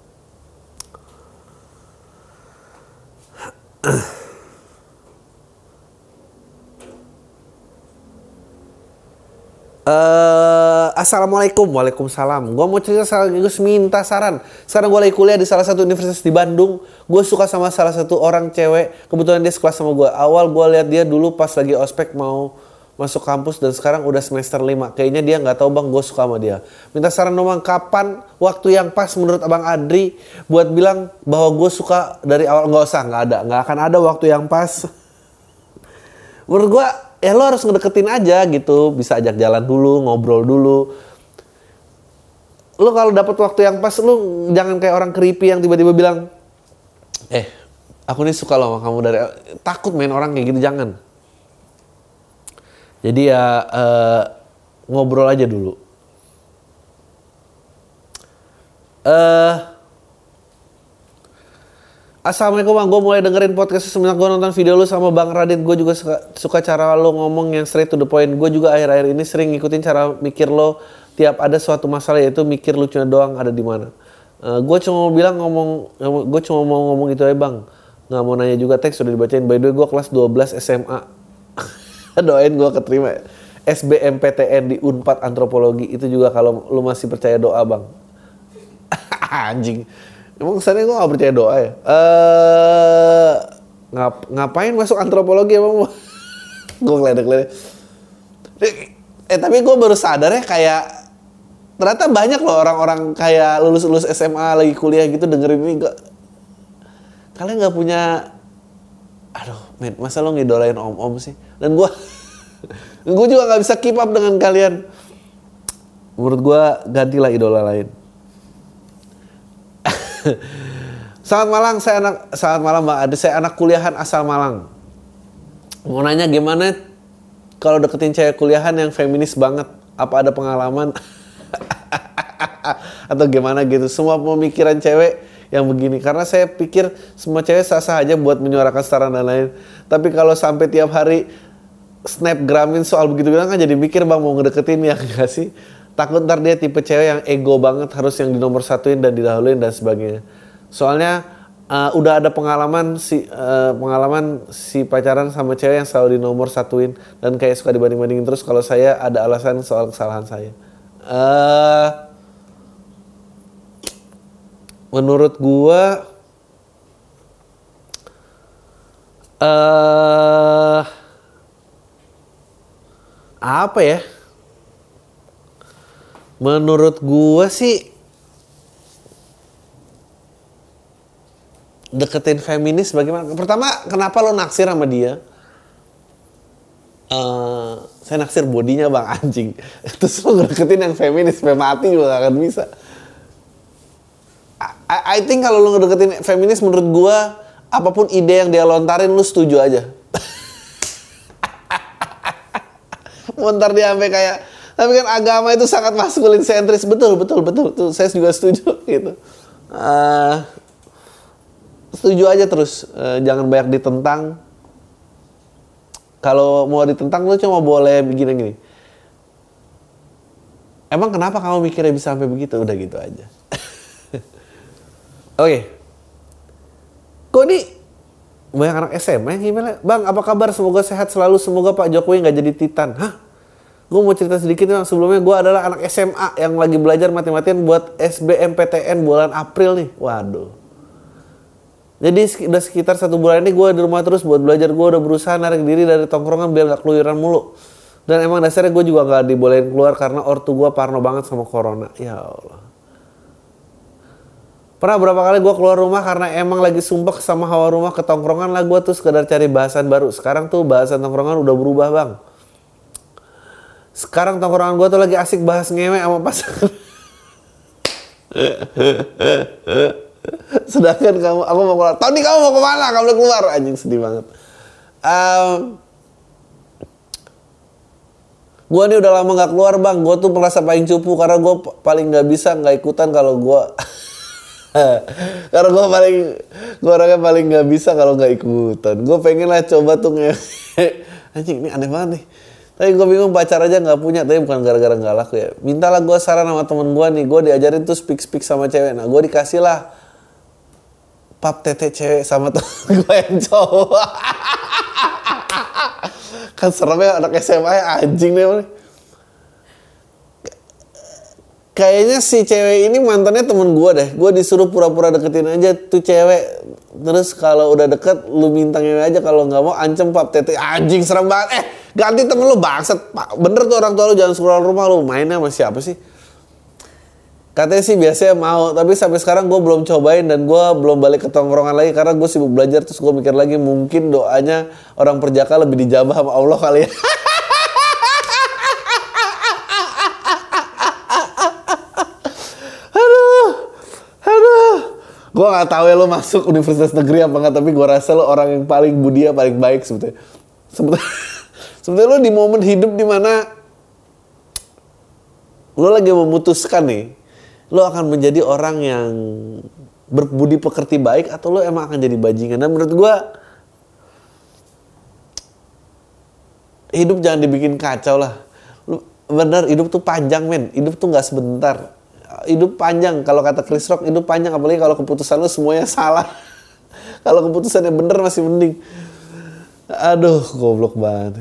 Uh, Assalamualaikum, waalaikumsalam. Gue mau cerita sekaligus minta saran. Sekarang gue lagi kuliah di salah satu universitas di Bandung. Gue suka sama salah satu orang cewek. Kebetulan dia sekelas sama gue. Awal gue lihat dia dulu pas lagi ospek mau masuk kampus dan sekarang udah semester lima. Kayaknya dia nggak tahu bang, gue suka sama dia. Minta saran dong bang, kapan waktu yang pas menurut abang Adri buat bilang bahwa gue suka dari awal? Nggak usah, nggak ada, nggak akan ada waktu yang pas. Menurut gue, ya lo harus ngedeketin aja gitu, bisa ajak jalan dulu, ngobrol dulu. Lo kalau dapet waktu yang pas, lo jangan kayak orang creepy yang tiba-tiba bilang, eh, aku nih suka lo sama kamu dari takut main orang kayak gitu, jangan. Jadi ya uh, ngobrol aja dulu. Uh, Assalamualaikum bang, gue mulai dengerin podcast semenjak gue nonton video lu sama Bang Radit. Gue juga suka, suka cara lo ngomong yang straight to the point. Gue juga akhir-akhir ini sering ngikutin cara mikir lo. Tiap ada suatu masalah yaitu mikir lucunya doang ada di mana. Uh, gue cuma mau bilang ngomong, gue cuma mau ngomong itu aja bang. Nggak mau nanya juga, teks sudah dibacain. By the way gue kelas dua belas S M A. Doain gue keterima S B M P T N di Unpad Antropologi. Itu juga kalau lu masih percaya doa bang. Anjing. Emang kesannya gue gak percaya doa ya? Uh, ngap, ngapain masuk antropologi emang? Gue ngeledek-ledek. Eh tapi gue baru sadar ya, kayak ternyata banyak loh orang-orang kayak lulus-lulus S M A lagi kuliah gitu dengerin ini. Gak, kalian gak punya, aduh men, masa lo ngidolain om-om sih? Dan gue gue juga gak bisa keep up dengan kalian. Menurut gue gantilah idola lain. Selamat malam, saya anak selamat malam Bang Ade, saya anak kuliahan asal Malang. Mau nanya gimana kalau deketin cewek kuliahan yang feminis banget? Apa ada pengalaman atau gimana gitu? Semua pemikiran cewek yang begini, karena saya pikir semua cewek sah-sah aja buat menyuarakan setara dan lain. Tapi kalau sampai tiap hari snapgramin soal begitu bilang kan jadi mikir bang mau ngedeketin ya gak sih? Takut ntar dia tipe cewek yang ego banget, harus yang di nomor satuin dan didahuluin dan sebagainya. Soalnya uh, udah ada pengalaman si uh, pengalaman si pacaran sama cewek yang selalu di nomor satuin dan kayak suka dibanding-bandingin terus. Kalau saya ada alasan soal kesalahan saya. Uh, menurut gua, uh, apa ya? Menurut gue sih deketin feminis bagaimana? Pertama, kenapa lo naksir sama dia? Uh, saya naksir bodinya bang, anjing. Terus lo deketin yang feminis, sampai mati juga gak akan bisa. I, I think kalau lo ngedeketin feminis, menurut gue apapun ide yang dia lontarin lu setuju aja. Montar dia sampai kayak, tapi kan agama itu sangat maskulin sentris, betul betul betul, tuh saya juga setuju gitu. Uh, setuju aja terus, uh, jangan banyak ditentang. Kalau mau ditentang lu cuma boleh begini-gini. Emang kenapa kamu mikirnya bisa sampai begitu? Udah gitu aja. Oke. Okay. Kok ini banyak anak S M A gimana? Bang, apa kabar? Semoga sehat selalu. Semoga Pak Jokowi nggak jadi titan. Hah? Gue mau cerita sedikit bang. Sebelumnya gue adalah anak S M A yang lagi belajar mati-matian buat S B M P T N bulan April nih. Waduh. Jadi udah sekitar satu bulan ini gue di rumah terus buat belajar. Gue udah berusaha narik diri dari tongkrongan biar gak keluyuran mulu. Dan emang dasarnya gue juga gak dibolehin keluar karena ortu gue parno banget sama corona. Ya Allah. Pernah berapa kali gue keluar rumah karena emang lagi sumpek sama hawa rumah ke tongkrongan lah gue tuh sekedar cari bahasan baru. Sekarang tuh bahasan tongkrongan udah berubah bang. Sekarang tongkrongan gue tuh lagi asik bahas ngewe sama pasangan. Sedangkan kamu, aku mau keluar. Tony kamu mau kemana? Kamu udah keluar. Anjing sedih banget. Um, gue nih udah lama gak keluar bang. Gue tuh merasa paling cupu karena gue paling gak bisa gak ikutan kalau gue. Karena gue paling, gue orangnya paling gak bisa kalau gak ikutan. Gue pengen lah coba tuh nge. Anjing ini aneh banget nih. Tapi gue bingung pacar aja gak punya. Tapi bukan gara-gara gak laku ya. Mintalah gue saran sama temen gue nih. Gue diajarin tuh speak-speak sama cewek. Nah gue dikasih lah pap tete cewek sama temen gue yang cowok. Kan serem ya anak S M A ya, anjing nih. Kayaknya si cewek ini mantannya temen gue deh. Gue disuruh pura-pura deketin aja tuh cewek. Terus kalau udah deket lu minta ngewe aja. Kalau gak mau ancam pap tete. Anjing serem banget. Eh ganti temen lu bangsat. Bener tuh orang tua lu jangan scroll rumah lu. Mainnya sama siapa sih? Katanya sih biasanya mau, tapi sampai sekarang gue belum cobain dan gue belum balik ke tongkrongan lagi karena gue sibuk belajar. Terus gue mikir lagi mungkin doanya orang perjaka lebih dijabah sama Allah kali ya. aduh, aduh. Gue nggak tahu ya lo masuk universitas negeri apa nggak, tapi gue rasa lo orang yang paling budia, paling baik sebetulnya. Sebetulnya, sebetulnya lo di momen hidup dimana lo lagi memutuskan nih. Lo akan menjadi orang yang berbudi pekerti baik atau lo emang akan jadi bajingan. Dan menurut gue hidup jangan dibikin kacau lah. Lo, bener hidup tuh panjang men. Hidup tuh gak sebentar. Hidup panjang. Kalau kata Chris Rock hidup panjang. Apalagi kalau keputusan lo semuanya salah. Kalau keputusan yang bener masih mending. Aduh goblok banget.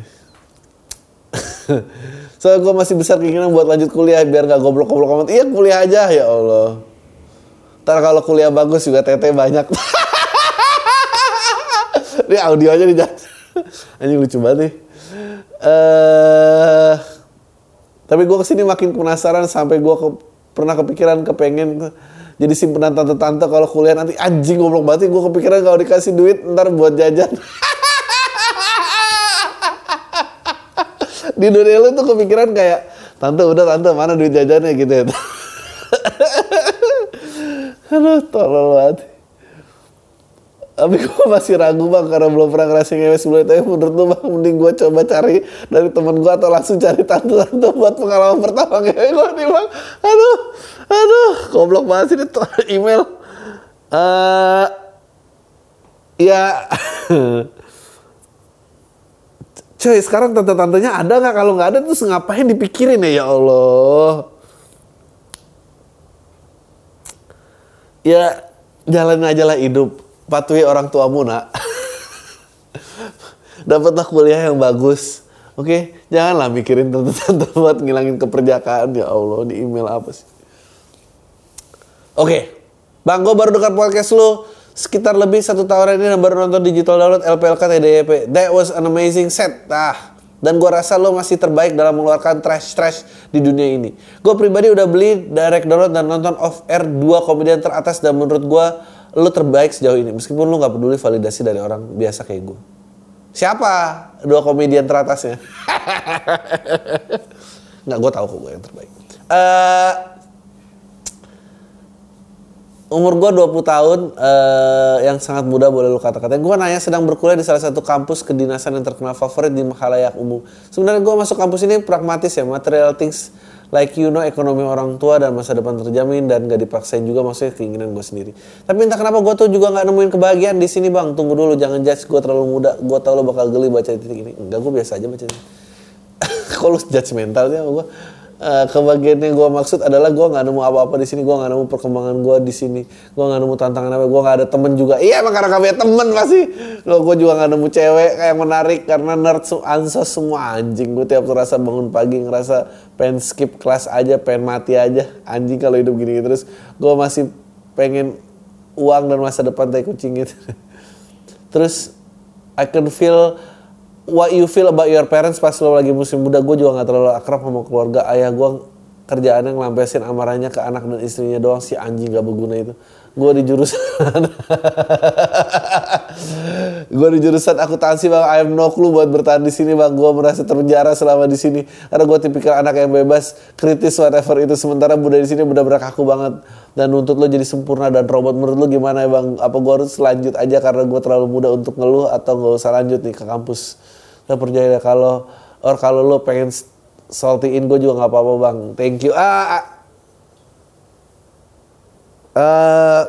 Soalnya gue masih besar keinginan buat lanjut kuliah biar gak goblok-goblok amat. Iya kuliah aja ya Allah. Ntar kalau kuliah bagus juga tete banyak. Ini audio aja nih. Anjing lucu banget nih. Uh, tapi gue kesini makin penasaran sampai gue ke, pernah kepikiran kepengen jadi simpenan tante-tante kalau kuliah nanti. Anjing goblok banget. Gue kepikiran kalau dikasih duit ntar buat jajan. Di dunia lu tuh kepikiran kayak tante udah tante mana duit jajannya gitu ya. Aduh tolol banget. Tapi gue masih ragu bang karena belum pernah ngerasain ngewe sebelumnya. Tapi menurut lu bang mending gue coba cari dari temen gue atau langsung cari tante-tante buat pengalaman pertama ngewe gue nih bang. Aduh, aduh goblok banget sih ini email. Uh, ya Coy, sekarang tante-tantenya ada nggak? Kalau nggak ada, terus ngapain dipikirin ya? Ya Allah. Ya, jalanin aja lah hidup. Patuhi orang tuamu, nak. Dapatlah kuliah yang bagus. Oke, janganlah mikirin tante-tante buat ngilangin keperjakaan. Ya Allah, di email apa sih? Oke, Bang, gue baru dengar podcast lu sekitar lebih satu tahun ini dan baru nonton digital download L P L K T D Y P. That was an amazing set. Ah, dan gue rasa lo masih terbaik dalam mengeluarkan trash-trash di dunia ini. Gue pribadi udah beli direct download dan nonton off air dua komedian teratas dan menurut gue lo terbaik sejauh ini. Meskipun lo gak peduli validasi dari orang biasa kayak gue. Siapa dua komedian teratasnya? Nggak, gue tahu kok gue yang terbaik. Uh, umur gue dua puluh tahun, uh, yang sangat muda boleh lu kata-katain. Gue nanya sedang berkuliah di salah satu kampus kedinasan yang terkenal favorit di khalayak umum. Sebenarnya gue masuk kampus ini pragmatis ya, material things like you know, ekonomi orang tua dan masa depan terjamin dan gak dipaksain juga, maksudnya keinginan gue sendiri. Tapi entah kenapa gue tuh juga gak nemuin kebahagiaan di sini bang. Tunggu dulu, jangan judge gue terlalu muda. Gue tau lo bakal geli baca titik ini. Enggak, gue biasa aja baca titik. Kok lu judgmental sih sama gue? Uh, kebahagiaan yang gue maksud adalah gue nggak nemu apa-apa di sini, gue nggak nemu perkembangan gue di sini, gue nggak nemu tantangan apa, gue nggak ada temen juga. Iya emang karena kami temen pasti. Lo gue juga nggak nemu cewek kayak menarik karena nerd ansos semua anjing. Gue tiap terasa bangun pagi ngerasa pengen skip kelas aja, pengen mati aja anjing kalau hidup gini terus. Gue masih pengen uang dan masa depan tai kucing gitu. Terus I can feel what you feel about your parents pas lo lagi musim muda. Gue juga gak terlalu akrab sama keluarga. Ayah gue kerjaannya ngelampiasin amarahnya ke anak dan istrinya doang, si anjing gak berguna itu. Gue di jurusan gue di jurusan akuntansi bang. I have no clue buat bertahan di sini bang. Gue merasa terpenjara selama di sini karena gue tipikal anak yang bebas, kritis whatever itu. Sementara budaya di sini benar-benar kaku banget dan nuntut lo jadi sempurna dan robot. Menurut lo gimana ya bang? Apa gue harus lanjut aja karena gue terlalu muda untuk ngeluh, atau gak usah lanjut nih ke kampus? Lo percaya kalau or kalau lo pengen saltyin gue juga nggak apa-apa bang. Thank you. Ah, uh,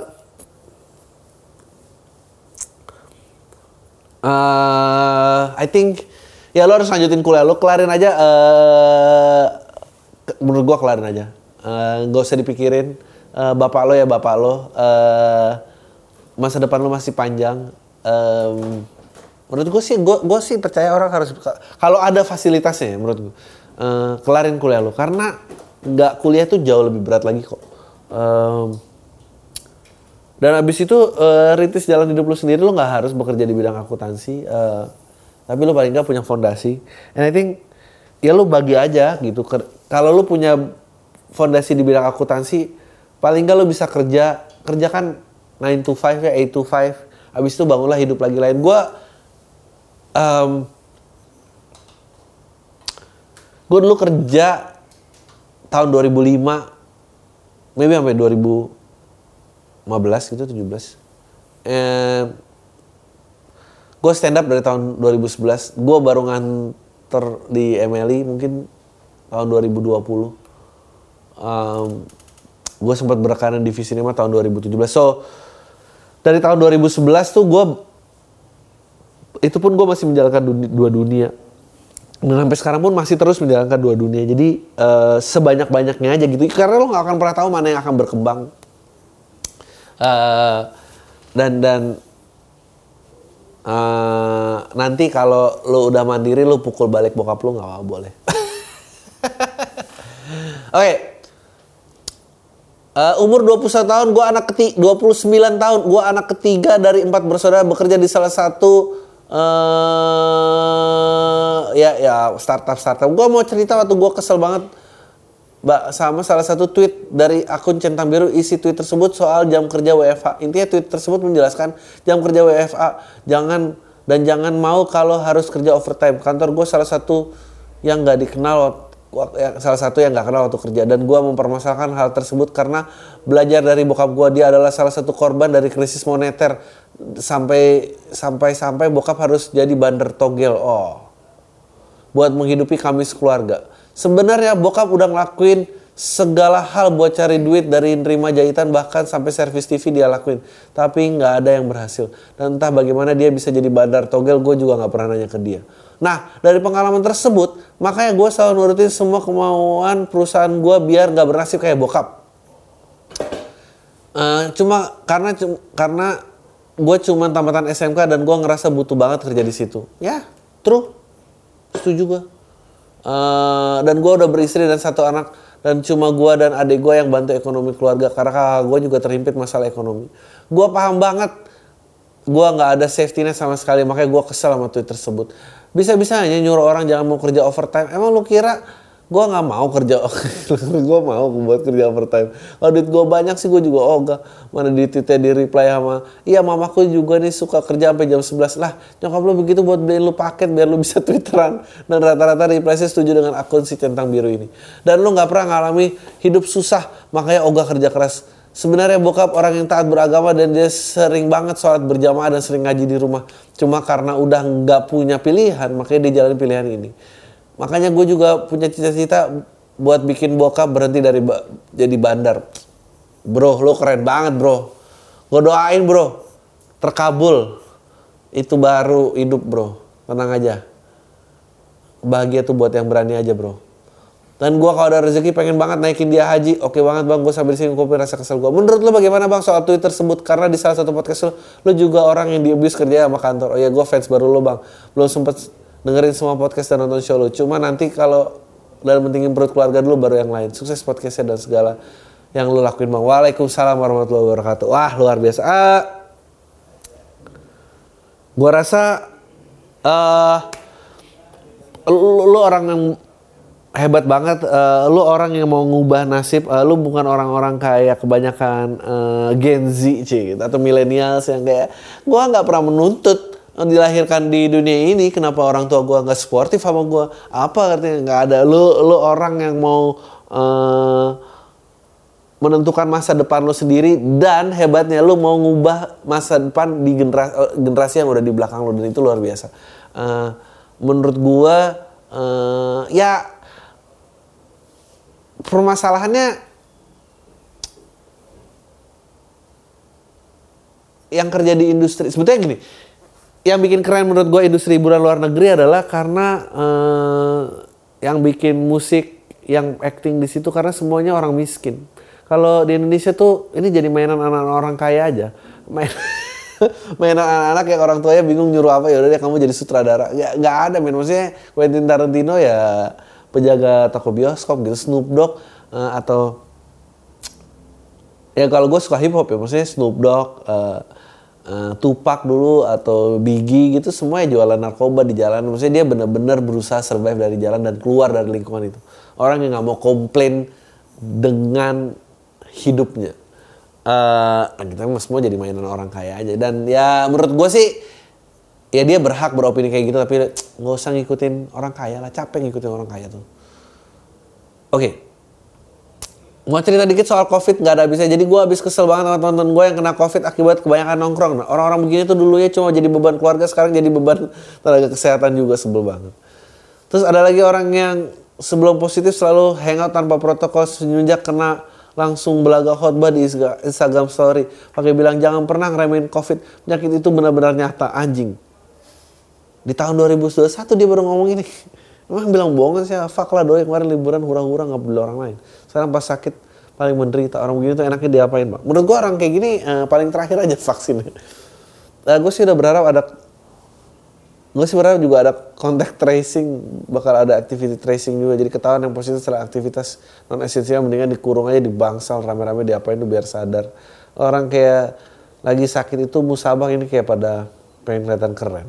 uh, I think ya lo harus lanjutin kuliah lo, kelarin aja. Uh, menurut gue kelarin aja. Uh, gak usah dipikirin. Uh, bapak lo ya bapak lo. Uh, masa depan lo masih panjang. Um, Menurut gue sih, gue gue sih percaya orang harus kalau ada fasilitasnya ya, menurut gue uh, kelarin kuliah lo, karena nggak kuliah tuh jauh lebih berat lagi kok. Um, dan abis itu uh, rintis jalan hidup lo sendiri, lo nggak harus bekerja di bidang akuntansi, uh, tapi lo paling nggak punya fondasi. And I think ya lo bagi aja gitu. Kalau lo punya fondasi di bidang akuntansi, paling nggak lo bisa kerja kerjakan nine to five ya, eight to five. Abis itu bangunlah hidup lagi lain. Gue Um, gue dulu kerja tahun dua ribu lima, maybe sampai dua ribu lima belas gitu, tujuh belas. And gue stand up dari tahun dua ribu sebelas. Gue baru nganter di M L I mungkin tahun dua ribu dua puluh. Um, gue sempat berekanan di Visinema tahun dua ribu tujuh belas. So dari tahun dua ribu sebelas tuh gue, itu pun gue masih menjalankan dunia, dua dunia. Dan sampai sekarang pun masih terus menjalankan dua dunia. Jadi uh, sebanyak-banyaknya aja gitu. Karena lo gak akan pernah tahu mana yang akan berkembang. Uh, dan dan uh, nanti kalau lo udah mandiri, lo pukul balik bokap lo gak apa-apa, boleh. Oke. Okay. Uh, umur dua puluh satu tahun, gue anak ketiga, dua puluh sembilan tahun, gue anak ketiga dari empat bersaudara, bekerja di salah satu Uh, ya ya startup startup. Gue mau cerita waktu gue kesel banget Mbak sama salah satu tweet dari akun Centang Biru. Isi tweet tersebut soal jam kerja W F H. Intinya tweet tersebut menjelaskan jam kerja W F H jangan dan jangan mau kalau harus kerja overtime. Kantor gue salah satu yang nggak dikenal, salah satu yang nggak kenal waktu kerja, dan gue mempermasalahkan hal tersebut karena belajar dari bokap gue. Dia adalah salah satu korban dari krisis moneter sampai sampai sampai bokap harus jadi bandar togel oh buat menghidupi kami sekeluarga. Sebenarnya bokap udah ngelakuin segala hal buat cari duit, dari nerima jahitan bahkan sampai servis T V dia lakuin, tapi nggak ada yang berhasil. Dan entah bagaimana dia bisa jadi bandar togel, gue juga nggak pernah nanya ke dia. Nah, dari pengalaman tersebut, makanya gue selalu nurutin semua kemauan perusahaan gue biar nggak bernasib kayak bokap. Uh, cuma karena karena gue cuma tamatan S M K dan gue ngerasa butuh banget kerja di situ. Ya, true, setuju gue. Uh, dan gue udah beristri dan satu anak, dan cuma gue dan adik gue yang bantu ekonomi keluarga karena kakak gue juga terhimpit masalah ekonomi. Gue paham banget, gue nggak ada safety net sama sekali, makanya gue kesel sama tweet tersebut. Bisa-bisanya nyuruh orang jangan mau kerja overtime. Emang lu kira gue nggak mau kerja? Gue mau buat kerja overtime. Kalau duit gue banyak sih gue juga ogah. Mana di tweetnya di reply sama, iya mamaku juga nih suka kerja sampai jam sebelas. Lah nyokap lu begitu buat beliin lu paket biar lu bisa twitteran. Dan rata-rata reply-nya setuju dengan akun si Centang Biru ini. Dan lu nggak pernah ngalami hidup susah, makanya ogah kerja keras. sebenarnya bokap orang yang taat beragama dan dia sering banget sholat berjamaah dan sering ngaji di rumah. Cuma karena udah nggak punya pilihan, makanya dia jalan pilihan ini. Makanya gue juga punya cita-cita buat bikin bokap berhenti dari ba- jadi bandar. Bro, lo keren banget bro. Gue doain bro, terkabul. Itu baru hidup bro, tenang aja. Bahagia tuh buat yang berani aja bro. Dan gue kalau ada rezeki pengen banget naikin dia haji. Oke banget bang, gue sambil disini ngungkapin rasa kesel gue. Menurut lo bagaimana bang soal tweet tersebut? Karena di salah satu podcast lo, lo juga orang yang di-abuse kerja sama kantor. Oh ya, gue fans baru lo bang. Belum sempet dengerin semua podcast dan nonton show lo. Cuma nanti kalau dalam pentingin perut keluarga dulu baru yang lain. Sukses podcastnya dan segala yang lo lakuin bang. Waalaikumsalam warahmatullahi wabarakatuh. Wah luar biasa. Ah, gue rasa uh, lu, lu orang yang hebat banget. Uh, lu orang yang mau ngubah nasib. Uh, lu bukan orang-orang kayak kebanyakan uh, Gen Z cik, atau millennials yang kayak gue nggak pernah menuntut dilahirkan di dunia ini. Kenapa orang tua gue nggak sportif sama gue? Apa artinya nggak ada. Lu lu orang yang mau uh, menentukan masa depan lo sendiri, dan hebatnya lo mau ngubah masa depan di generasi, generasi yang udah di belakang lo, dan itu luar biasa. Uh, menurut gua uh, ya permasalahannya yang kerja di industri sebetulnya gini, yang bikin keren menurut gua industri hiburan luar negeri adalah karena uh, yang bikin musik, yang acting di situ karena semuanya orang miskin. Kalau di Indonesia tuh ini jadi mainan anak-anak orang kaya aja. Main mainan anak-anak yang orang tuanya bingung nyuruh apa, ya udah deh kamu jadi sutradara. Gak, gak ada men, maksudnya Quentin Tarantino ya penjaga toko bioskop gitu, Snoop Dogg uh, atau ya kalau gue suka hip hop ya, maksudnya Snoop Dogg, uh, uh, Tupac dulu atau Biggie gitu, semuanya jualan narkoba di jalan. Maksudnya dia benar-benar berusaha survive dari jalan dan keluar dari lingkungan itu. Orang yang nggak mau komplain dengan hidupnya. Uh, kita semua jadi mainan orang kaya aja. Dan ya menurut gue sih ya dia berhak beropini kayak gitu, tapi nggak usah ngikutin orang kaya lah. Capek ngikutin orang kaya tuh. Oke, okay. Mau cerita dikit soal covid, nggak ada habisnya. Jadi gue habis kesel banget sama teman-teman gue yang kena covid akibat kebanyakan nongkrong. Nah, orang-orang begini tuh dulunya cuma jadi beban keluarga, sekarang jadi beban tenaga kesehatan juga, sebel banget. Terus ada lagi orang yang sebelum positif selalu hangout tanpa protokol, semenjak kena langsung belaga khotbah di Instagram story. Pakai bilang jangan pernah ngeremehin covid, penyakit itu benar-benar nyata, anjing. Di tahun dua ribu dua puluh satu dia baru ngomong ini. Emang bilang bohongan sih, fuck lah doi kemarin liburan hura-hura gak peduli orang lain. Sekarang pas sakit paling menderita, orang begini tuh enaknya diapain bang? Menurut gue orang kayak gini uh, paling terakhir aja vaksinnya. Uh, gue sih udah berharap ada Gue sih berharap juga ada contact tracing, bakal ada activity tracing juga. Jadi ketahuan yang positif setelah aktivitas non esensial mendingan dikurung aja, di bangsal rame-rame diapain tuh biar sadar. Orang kayak lagi sakit itu musabah ini kayak pada pengen kelihatan keren.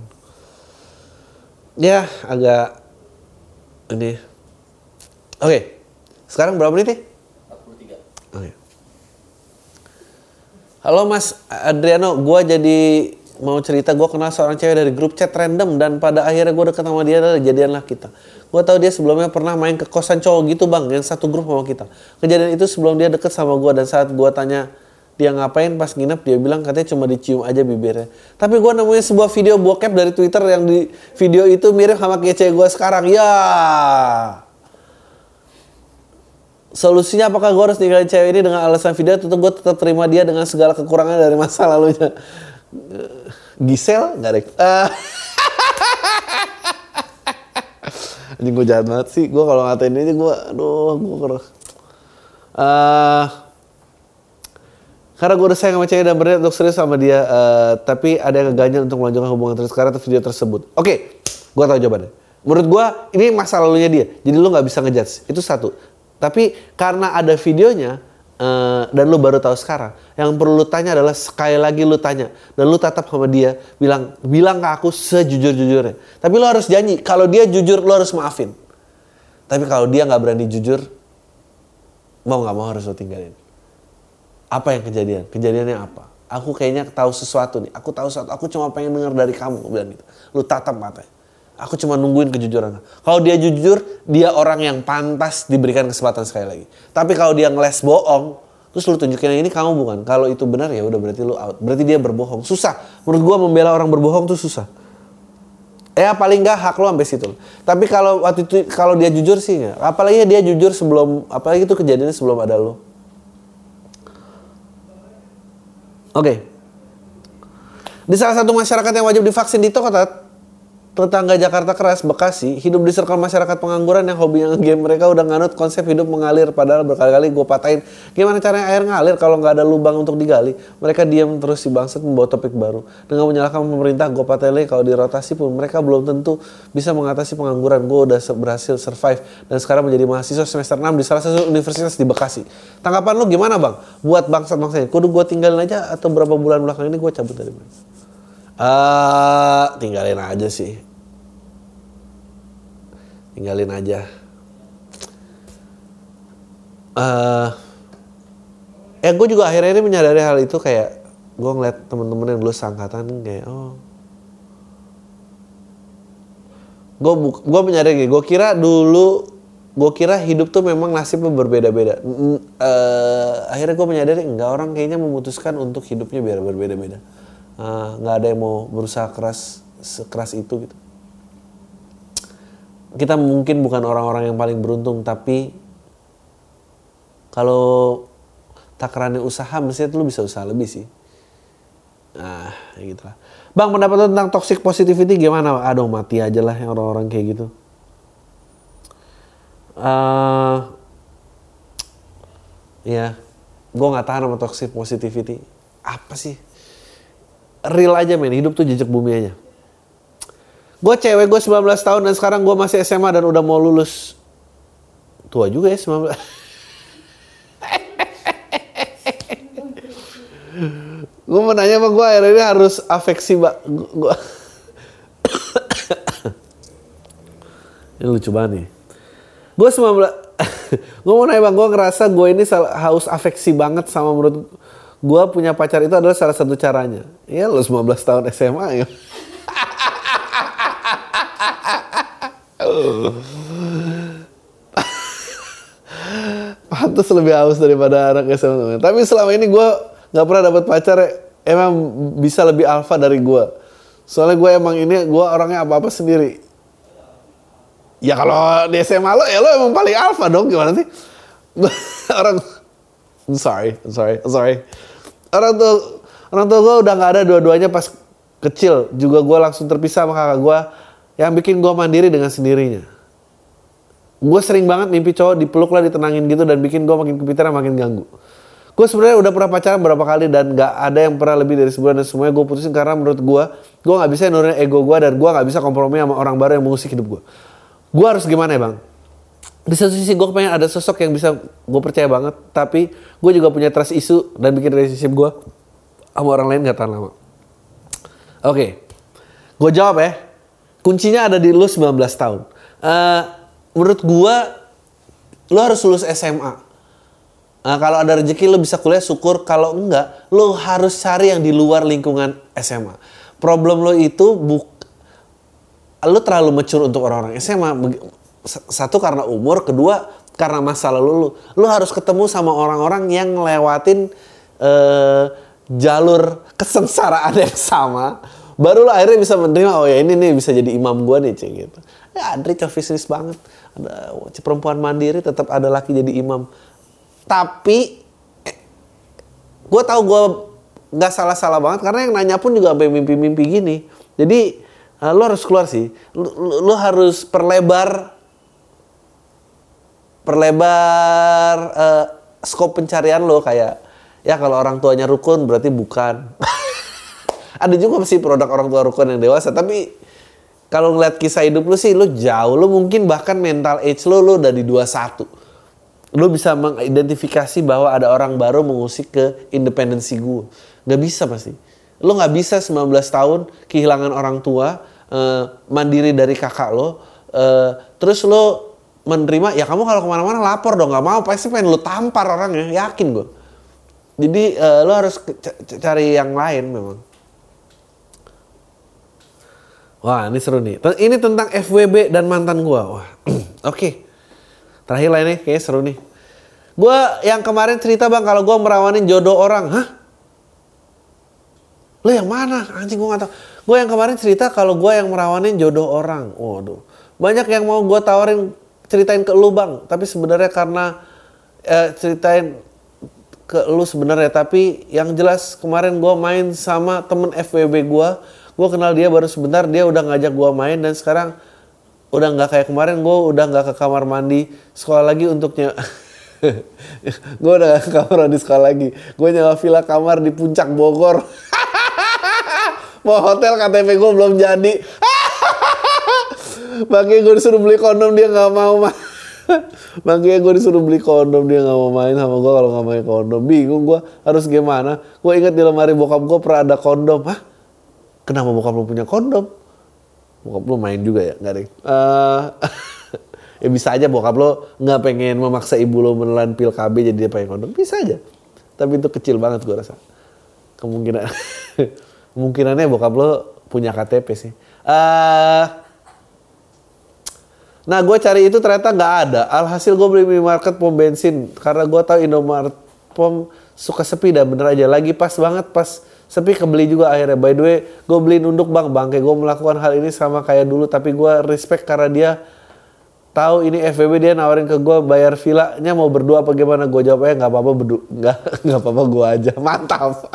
Ya agak ini. Oke, okay. Sekarang berapa menit nih?
empat puluh tiga.
Oke. Okay. Halo Mas Adriano, gue jadi mau cerita, gue kenal seorang cewek dari grup chat random dan pada akhirnya gue deket sama dia dan jadianlah kita. Gue tahu dia sebelumnya pernah main ke kosan cowok gitu bang, yang satu grup sama kita. Kejadian itu sebelum dia deket sama gue, dan saat gue tanya dia ngapain pas nginep, dia bilang katanya cuma dicium aja bibirnya. Tapi gue nemuin sebuah video bokep dari Twitter yang di video itu mirip sama kayak cewek gue sekarang. Ya. Solusinya apakah gue harus ninggalin cewek ini dengan alasan video, tentu gue tetap terima dia dengan segala kekurangan dari masa lalunya. Gisel nggak deh. Uh. Ini gue jahat banget sih. Gue kalau ngatain ini gue, aduh, gue kerah. Uh, karena gue udah sayang sama cewek dan berniat untuk serius sama dia, uh, tapi ada yang ngeganjel untuk melanjutkan hubungan terus karena video tersebut. Oke, okay, gue tahu jawabannya. Menurut gue ini masa lalunya dia, jadi lu nggak bisa ngejudge. Itu satu. Tapi karena ada videonya, Uh, dan lu baru tahu sekarang, yang perlu lu tanya adalah sekali lagi lu tanya dan lu tatap sama dia, bilang bilang ke aku sejujur-jujurnya. Tapi lu harus janji kalau dia jujur lu harus maafin. Tapi kalau dia nggak berani jujur, mau nggak mau harus lu tinggalin. Apa yang kejadian? Kejadiannya apa? Aku kayaknya tahu sesuatu nih. Aku tahu sesuatu. Aku cuma pengen dengar dari kamu, bilang gitu. Lu tatap matanya. Aku cuma nungguin kejujuran. Kalau dia jujur, dia orang yang pantas diberikan kesempatan sekali lagi. Tapi kalau dia ngeles bohong, terus lu tunjukin yang ini kamu bukan. Kalau itu benar ya udah berarti lu out. Berarti dia berbohong. Susah. Menurut gua membela orang berbohong tuh susah. Ya paling nggak hak lu sampai situ. Tapi kalau waktu itu kalau dia jujur sih nggak. Apalagi dia jujur sebelum, apalagi itu kejadiannya sebelum ada lu. Oke. Okay. Di salah satu masyarakat yang wajib divaksin di Tokota, tetangga Jakarta Keras, Bekasi, hidup di circle masyarakat pengangguran yang hobinya nge-game. Mereka udah nganut konsep hidup mengalir, padahal berkali-kali gue patahin. Gimana caranya air ngalir kalau nggak ada lubang untuk digali? Mereka diam terus, si bangsat membawa topik baru. Dengan menyalahkan pemerintah, gue patahin kalau dirotasi pun mereka belum tentu bisa mengatasi pengangguran. Gue udah berhasil survive dan sekarang menjadi mahasiswa semester enam di salah satu universitas di Bekasi. Tanggapan lu gimana bang? Buat bangsat-bangsat ini, kudu gue tinggalin aja atau berapa bulan belakang ini gue cabut dari mana? Uh, tinggalin aja sih. Tinggalin aja. Uh, ya gue juga akhirnya ini menyadari hal itu, kayak gue ngeliat temen-temen yang dulu seangkatan kayak oh. Gue gue menyadari, gue kira dulu, gue kira hidup tuh memang nasibnya berbeda-beda. Uh, akhirnya gue menyadari enggak, orang kayaknya memutuskan untuk hidupnya biar berbeda-beda. Uh, nggak ada yang mau berusaha keras sekeras itu gitu. Kita mungkin bukan orang-orang yang paling beruntung, tapi kalau takarannya usaha, mestinya lu bisa usaha lebih sih. Nah, ya gitu lah. Bang, pendapat lu tentang toxic positivity gimana? Aduh, mati aja lah yang orang-orang kayak gitu. Uh, ya, gue nggak tahan sama toxic positivity. Apa sih? Real aja men, hidup tuh jejak bumi aja. Gue cewek, gue sembilan belas tahun dan sekarang gue masih S M A dan udah mau lulus. Tua juga ya sembilan belas. Gue mau nanya sama gue akhirnya ini harus afeksi mbak. Gua... ini lucu banget nih. Gue sembilan belas. Gue mau nanya bang, gue ngerasa gue ini haus afeksi banget sama, menurut gue punya pacar itu adalah salah satu caranya. Ya lu sembilan belas tahun S M A ya. Pantes lebih haus daripada anak S M A. Tapi selama ini gue nggak pernah dapat pacar emang bisa lebih alfa dari gue. Soalnya gue emang ini gue orangnya apa-apa sendiri. Ya kalau di S M A lo ya lo emang paling alfa dong, gimana sih? Orang I'm sorry, I'm sorry, I'm sorry. Orang tuh orang tua gue udah nggak ada dua-duanya pas kecil. Juga gue langsung terpisah sama kakak gue, yang bikin gue mandiri dengan sendirinya. Gue sering banget mimpi cowok dipeluk lah, ditenangin gitu, dan bikin gue makin kepikiran, makin ganggu. Gue sebenarnya udah pernah pacaran berapa kali dan nggak ada yang pernah lebih dari sebulan, dan semuanya gue putusin karena menurut gue, gue nggak bisa nurunin ego gue dan gue nggak bisa kompromi sama orang baru yang mengusik hidup gue. Gue harus gimana ya bang? Di satu sisi gue pengen ada sosok yang bisa gue percaya banget, tapi gue juga punya trust issue dan bikin relationship gue sama orang lain gak tahan lama. Oke, okay. Gue jawab ya. Kuncinya ada di lu sembilan belas tahun. Uh, menurut gue, lu harus lulus S M A. Uh, kalau ada rezeki lu bisa kuliah, syukur. Kalau enggak, lu harus cari yang di luar lingkungan S M A. Problem lu itu buk, lu terlalu mature untuk orang-orang S M A. Satu karena umur, kedua karena masa lalu lu. Lu harus ketemu sama orang-orang yang ngelewatin uh, jalur kesengsaraan yang sama. Baru lo akhirnya bisa menerima, oh ya ini nih bisa jadi imam gue nih ceng gitu. Ya Andre chauvinis banget. Ada perempuan mandiri tetap ada laki jadi imam. Tapi eh, gue tahu gue nggak salah-salah banget karena yang nanya pun juga sampai mimpi-mimpi gini. Jadi uh, lo harus keluar sih. Lo, lo, lo harus perlebar perlebar uh, skop pencarian lo, kayak ya kalau orang tuanya rukun berarti bukan. Ada juga sih produk orang tua rukun yang dewasa, tapi kalau ngeliat kisah hidup lu sih, lu jauh. Lu mungkin bahkan mental age lu, lu udah di dua puluh satu. Lu bisa mengidentifikasi bahwa ada orang baru mengusik ke independensi gue. Gak bisa pasti. Lu gak bisa sembilan belas tahun kehilangan orang tua, uh, mandiri dari kakak lo, uh, terus lu menerima, ya kamu kalau kemana-mana lapor dong, gak mau, pasti pengen lu tampar orangnya, yakin gue. Jadi uh, lu harus c- cari yang lain memang. Wah ini seru nih. Ini tentang F W B dan mantan gue. Wah, oke. Okay. Terakhir lah ini kayaknya seru nih. Gue yang kemarin cerita bang, kalau gue merawanin jodoh orang. Hah? Lo yang mana? Anjing gue gak tau. Gue yang kemarin cerita kalau gue yang merawanin jodoh orang. Waduh. Banyak yang mau gue tawarin ceritain ke lu bang. Tapi sebenarnya karena eh, ceritain ke lu sebenarnya. Tapi yang jelas kemarin gue main sama temen F W B gue. Gue kenal dia baru sebentar. Dia udah ngajak gue main. Dan sekarang udah gak kayak kemarin. Gue udah gak ke kamar mandi sekolah lagi untuknya. Gue udah gak ke kamar mandi sekolah lagi. Gue nyewa villa kamar di puncak Bogor. Mau hotel K T P gue belum jadi. Makanya gue disuruh beli kondom dia gak mau main. Makanya gue disuruh beli kondom dia gak mau main sama gue kalau gak main kondom. Bingung gue harus gimana. Gue inget di lemari bokap gue pernah ada kondom. Hah? Kenapa bokap lu punya kondom? Bokap lu main juga ya? Gak deh. Uh, ya bisa aja bokap lo gak pengen memaksa ibu lo menelan pil K B jadi dia pakai kondom. Bisa aja. Tapi itu kecil banget gue rasa. Kemungkinan. Kemungkinannya bokap lo punya K T P sih. Uh, nah gue cari itu ternyata gak ada. Alhasil gue beli minimarket pom bensin. Karena gue tahu Indomaret pom suka sepi dan bener aja. Lagi pas banget pas sepi kebeli juga akhirnya. By the way gue beliin unduk bang. Bangke gue melakukan hal ini sama kayak dulu. Tapi gue respect karena dia tahu ini F W B, dia nawarin ke gue bayar villanya mau berdua apa gimana. Gue jawabnya gak apa-apa berdua. Gak, gak apa-apa gue aja. Mantap.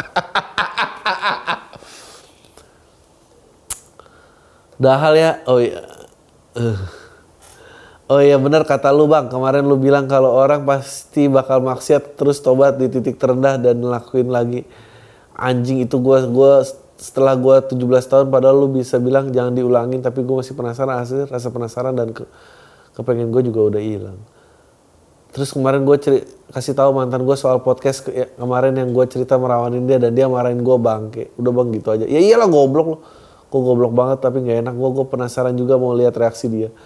Dahal ya, oh iya, uh. oh iya benar kata lu bang, kemarin lu bilang kalau orang pasti bakal maksiat terus tobat di titik terendah dan ngelakuin lagi. Anjing itu gue, gua setelah gue tujuh belas tahun padahal lu bisa bilang jangan diulangin, tapi gue masih penasaran, hasil rasa penasaran dan ke, kepengen gue juga udah hilang. Terus kemarin gue ceri, kasih tahu mantan gue soal podcast ke, ya, kemarin yang gue cerita merawanin dia dan dia marahin gue bangke, udah bang gitu aja. Ya iyalah goblok lo. Gue goblok banget tapi gak enak. Gue gue penasaran juga mau lihat reaksi dia.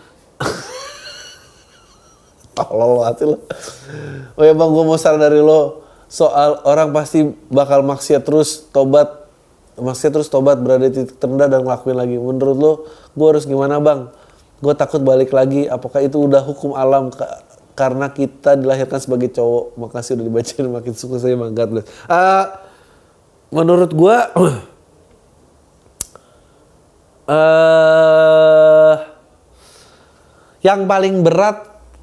Tolol banget lo. Oh ya bang, gue mau saran dari lo soal orang pasti bakal maksiat terus tobat, maksiat terus tobat berada di titik terendah dan ngelakuin lagi. Menurut lo, gue harus gimana bang? Gue takut balik lagi. Apakah itu udah hukum alam ka- karena kita dilahirkan sebagai cowok? Makasih udah dibacain, makin sukses saya bang. God bless. Uh, menurut gue. Uh, yang paling berat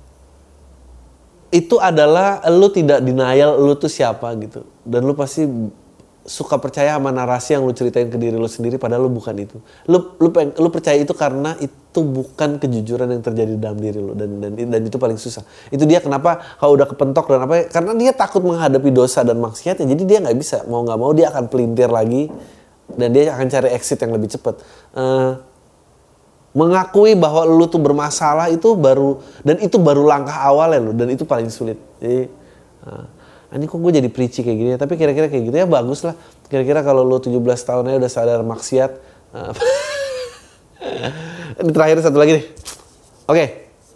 itu adalah lu tidak denial lu tuh siapa gitu, dan lu pasti suka percaya sama narasi yang lu ceritain ke diri lu sendiri padahal lu bukan itu. Lu lu peng, lu percaya itu karena itu bukan kejujuran yang terjadi dalam diri lu, dan dan dan itu paling susah. Itu dia kenapa kalau udah kepentok dan apa? Karena dia takut menghadapi dosa dan maksiatnya, jadi dia nggak bisa, mau nggak mau dia akan pelintir lagi. Dan dia akan cari exit yang lebih cepat. Uh, mengakui bahwa lu tuh bermasalah itu baru, dan itu baru langkah awalnya lu, dan itu paling sulit. Jadi, uh, ini kok gue jadi preachy kayak gini ya, tapi kira-kira kayak gitu ya bagus lah. Kira-kira kalau lu tujuh belas tahunnya udah sadar maksiat. Uh, ini terakhir satu lagi nih. Oke. Okay.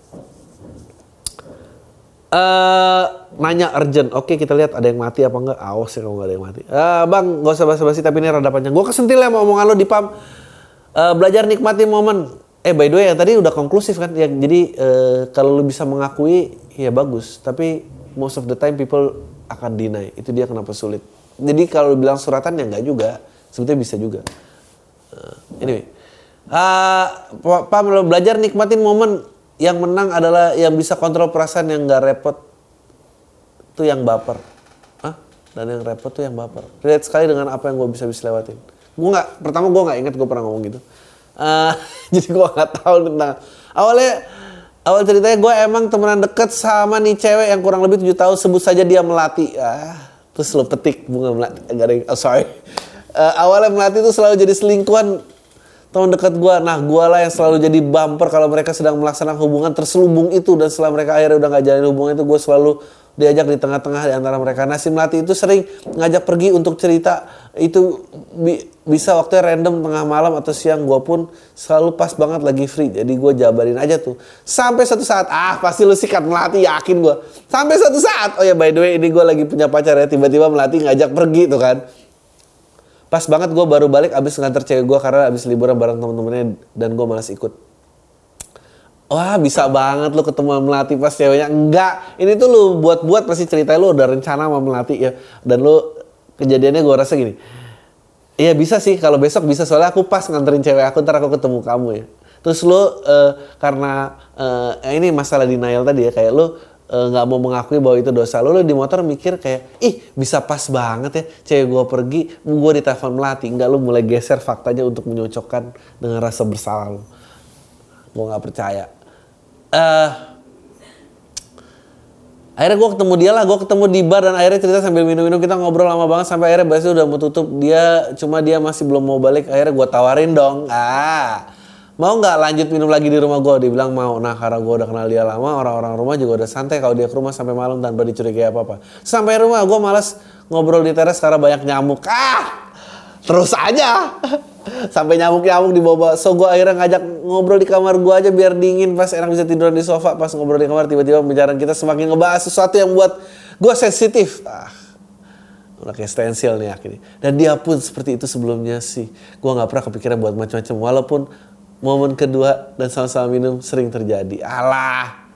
Uh, nanya urgent. Oke, kita lihat ada yang mati apa enggak. Awas ya kalau nggak ada yang mati. Uh, bang, nggak usah basa-basi tapi ini rada panjang. Gue kesentil ya mau omongan lo di P A M. Uh, belajar nikmati momen. Eh by the way yang tadi udah konklusif kan. Ya, jadi uh, kalau lo bisa mengakui ya bagus. Tapi most of the time people akan deny. Itu dia kenapa sulit. Jadi kalau bilang suratan ya nggak juga. Sebetulnya bisa juga. Uh, anyway. Uh, P A M lo belajar nikmatin momen. Yang menang adalah yang bisa kontrol perasaan, yang gak repot tuh yang baper. Hah? Dan yang repot tuh yang baper. Relate sekali dengan apa yang gue bisa-bisa lewatin. Gue gak, pertama gue gak inget gue pernah ngomong gitu. Uh, jadi gue gak tahu tentang. Awalnya, awal ceritanya gue emang temenan deket sama nih cewek yang kurang lebih tujuh tahun. Sebut saja dia Melati. Ah, terus lo petik bunga Melati. Gak ada yang, oh sorry. Uh, awalnya Melati tuh selalu jadi selingkuhan teman dekat gue. Nah gue lah yang selalu jadi bumper kalau mereka sedang melaksanakan hubungan terselubung itu. Dan setelah mereka akhirnya udah gak jalin hubungan itu, gue selalu diajak di tengah-tengah di antara mereka. Nah si Melati itu sering ngajak pergi untuk cerita. Itu bi- bisa waktunya random tengah malam atau siang. Gue pun selalu pas banget lagi free. Jadi gue jabarin aja tuh. Sampai satu saat, ah pasti lu sikat Melati, yakin gue. Sampai satu saat, oh ya by the way ini gue lagi punya pacar ya. Tiba-tiba Melati ngajak pergi tuh kan. Pas banget gue baru balik abis nganter cewek gue karena abis liburan bareng temen-temennya dan gue malas ikut. wah bisa banget lu ketemu sama Melati pas ceweknya. Enggak, ini tuh lu buat-buat pasti ceritanya lu udah rencana sama Melati ya. Dan lu kejadiannya gue rasa gini. Iya bisa sih, kalau besok bisa soalnya aku pas nganterin cewek aku ntar aku ketemu kamu ya. Terus lu uh, karena uh, ini masalah denial tadi ya, kayak lu nggak uh, mau mengakui bahwa itu dosa lu, lu di motor mikir kayak ih bisa pas banget ya cewek gue pergi, gue ditelepon Melati. Enggak, lu mulai geser faktanya untuk menyocokkan dengan rasa bersalah lu. Gue nggak percaya. Uh, akhirnya gue ketemu dia lah, gue ketemu di bar dan akhirnya cerita sambil minum-minum, kita ngobrol lama banget sampai akhirnya bahasnya udah mau tutup. Dia cuma dia masih belum mau balik, akhirnya gue tawarin dong, ah mau nggak lanjut minum lagi di rumah gue? Dia bilang mau. Nah karena gue udah kenal dia lama, orang-orang rumah juga udah santai kalau dia ke rumah sampai malam tanpa dicurigai apa-apa. Sampai rumah gue malas ngobrol di teras karena banyak nyamuk. Ah, terus aja sampai nyamuk-nyamuk di bawah. So gue akhirnya ngajak ngobrol di kamar gue aja biar dingin, pas enak bisa tiduran di sofa. Pas ngobrol di kamar tiba-tiba pembicaraan kita semakin ngebahas sesuatu yang buat gue sensitif. Ah, udah kayak stensil nih akhirnya. Dan dia pun seperti itu sebelumnya sih. Gue nggak pernah kepikiran buat macam-macam walaupun momen kedua dan sama-sama minum sering terjadi. Alah.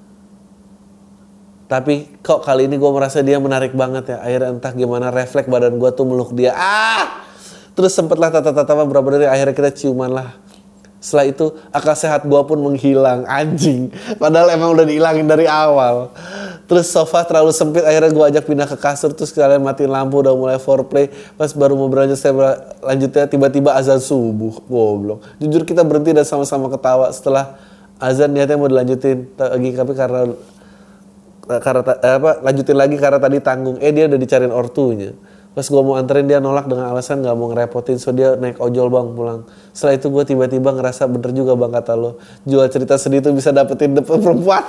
Tapi kok kali ini gue merasa dia menarik banget ya. Akhirnya entah gimana refleks badan gue tuh meluk dia. Ah. Terus sempatlah tatap-tatapan berapa detik. Akhirnya kita ciuman lah. Setelah itu akal sehat gue pun menghilang. Anjing. Padahal emang udah dihilangin dari awal. Terus sofa terlalu sempit. Akhirnya gue ajak pindah ke kasur. Terus kalian matiin lampu. Udah mulai foreplay. Pas baru mau berlanjut saya lanjutnya tiba-tiba azan subuh. Goblok. Jujur kita berhenti dan sama-sama ketawa. Setelah azan niatnya mau dilanjutin lagi. Tapi karena karena apa lanjutin lagi karena tadi tanggung. Eh dia udah dicariin ortunya. Pas gue mau anterin dia nolak dengan alasan gak mau ngerepotin. So dia naik ojol bang pulang. Setelah itu gue tiba-tiba ngerasa bener juga bang kata lo. Jual cerita sedih tuh bisa dapetin depan perempuan.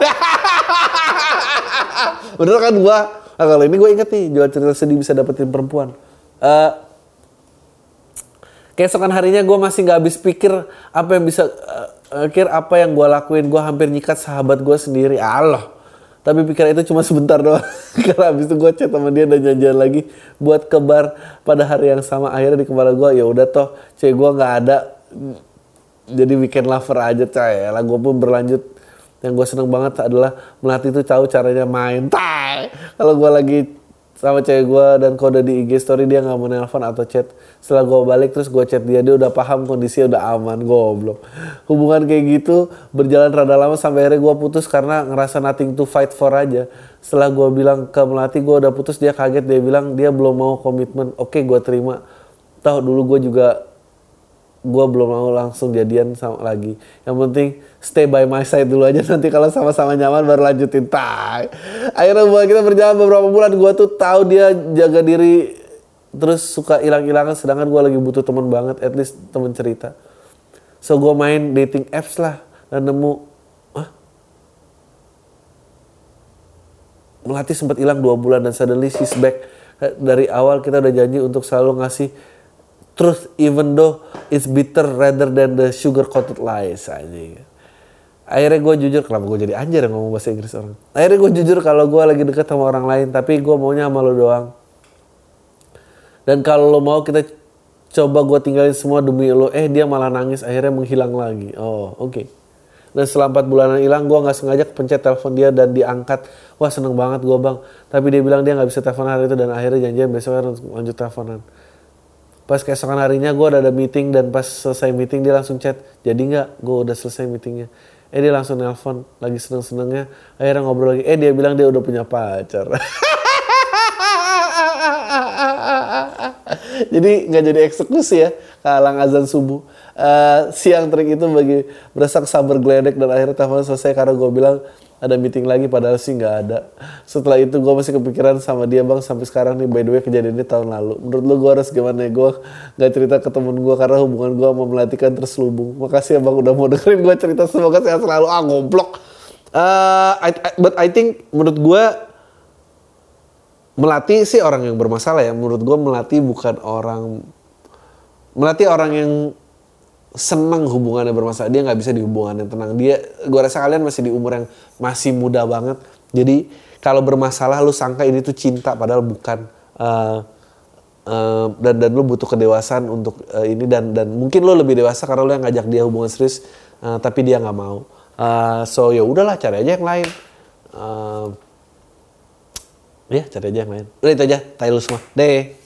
Bener kan gue? Nah, kalau ini gue inget nih. Jual cerita sedih bisa dapetin perempuan. Uh, keesokan harinya gue masih gak habis pikir. Apa yang bisa uh, Pikir apa yang gue lakuin. Gue hampir nyikat sahabat gue sendiri. Allah. Tapi pikiran itu cuma sebentar doang. Karena abis itu gue chat sama dia dan janjian lagi buat ke bar pada hari yang sama. Akhirnya di kepala gue ya udah toh cewek gue nggak ada, jadi weekend lover aja coy. Lah gue pun berlanjut. Yang gue seneng banget adalah Melati itu tahu caranya main. Tai. Kalau gue lagi sama cewek gue dan kode di I G story dia nggak mau nelpon atau chat. Setelah gue balik terus gue chat dia, dia udah paham kondisinya udah aman. Goblok. Hubungan kayak gitu berjalan rada lama sampai akhirnya gue putus karena ngerasa nothing to fight for aja. Setelah gue bilang ke Melati gue udah putus, dia kaget, dia bilang dia belum mau komitmen. Oke gue terima. Tahu dulu gue juga gue belum mau langsung jadian sama lagi. Yang penting stay by my side dulu aja, nanti kalau sama-sama nyaman baru lanjutin. Tai. Akhirnya buat kita berjalan beberapa bulan, gue tuh tahu dia jaga diri terus suka hilang-hilangan, sedangkan gue lagi butuh teman banget, at least teman cerita. So gue main dating apps lah dan nemu, ah, Melati sempat hilang dua bulan dan suddenly she's back. Dari awal kita udah janji untuk selalu ngasih truth even though it's bitter rather than the sugar coated lies aja. Akhirnya gue jujur, kenapa gue jadi anjir yang ngomong bahasa Inggris orang. Akhirnya gue jujur kalau gue lagi deket sama orang lain, tapi gue maunya sama lo doang. Dan kalau lo mau kita coba gue tinggalin semua demi lo, eh dia malah nangis akhirnya menghilang lagi. Oh oke. Okay. Dan setelah empat bulanan hilang, gue gak sengaja pencet telepon dia dan diangkat. Wah seneng banget gue bang. Tapi dia bilang dia gak bisa telepon hari itu dan akhirnya janjian besok harus lanjut teleponan. Pas keesokan harinya gue udah ada meeting dan pas selesai meeting dia langsung chat. Jadi gak? Gue udah selesai meetingnya. Eh dia langsung nelpon lagi seneng-senengnya. Akhirnya ngobrol lagi. Eh dia bilang dia udah punya pacar. Jadi gak jadi eksekusi ya. Kalang azan subuh. Uh, siang trik itu bagi berasa sabar geledek dan akhirnya telepon selesai karena gue bilang ada meeting lagi padahal sih nggak ada. Setelah itu gue masih kepikiran sama dia bang sampai sekarang nih. By the way kejadian ini tahun lalu. Menurut lo gue harus gimana ya? Gue nggak cerita ke temen gue karena hubungan gue mau melatihkan terselubung. Makasih ya bang udah mau dengerin gue cerita, semoga sehat selalu. Ah goblok. Uh, I, I, but I think menurut gue Melati sih orang yang bermasalah ya. Menurut gue Melati bukan orang Melati orang yang senang hubungannya bermasalah. Dia nggak bisa di hubungan yang tenang. Dia, gue rasa kalian masih di umur yang masih muda banget. Jadi kalau bermasalah lu sangka ini tuh cinta padahal bukan. Uh, uh, dan dan lu butuh kedewasaan untuk uh, ini dan dan mungkin lu lebih dewasa karena lu yang ngajak dia hubungan serius, uh, tapi dia nggak mau. Uh, so ya udahlah, cari aja yang lain. Uh, ya cari aja yang lain. Udah itu aja, tai lu semua. Deh.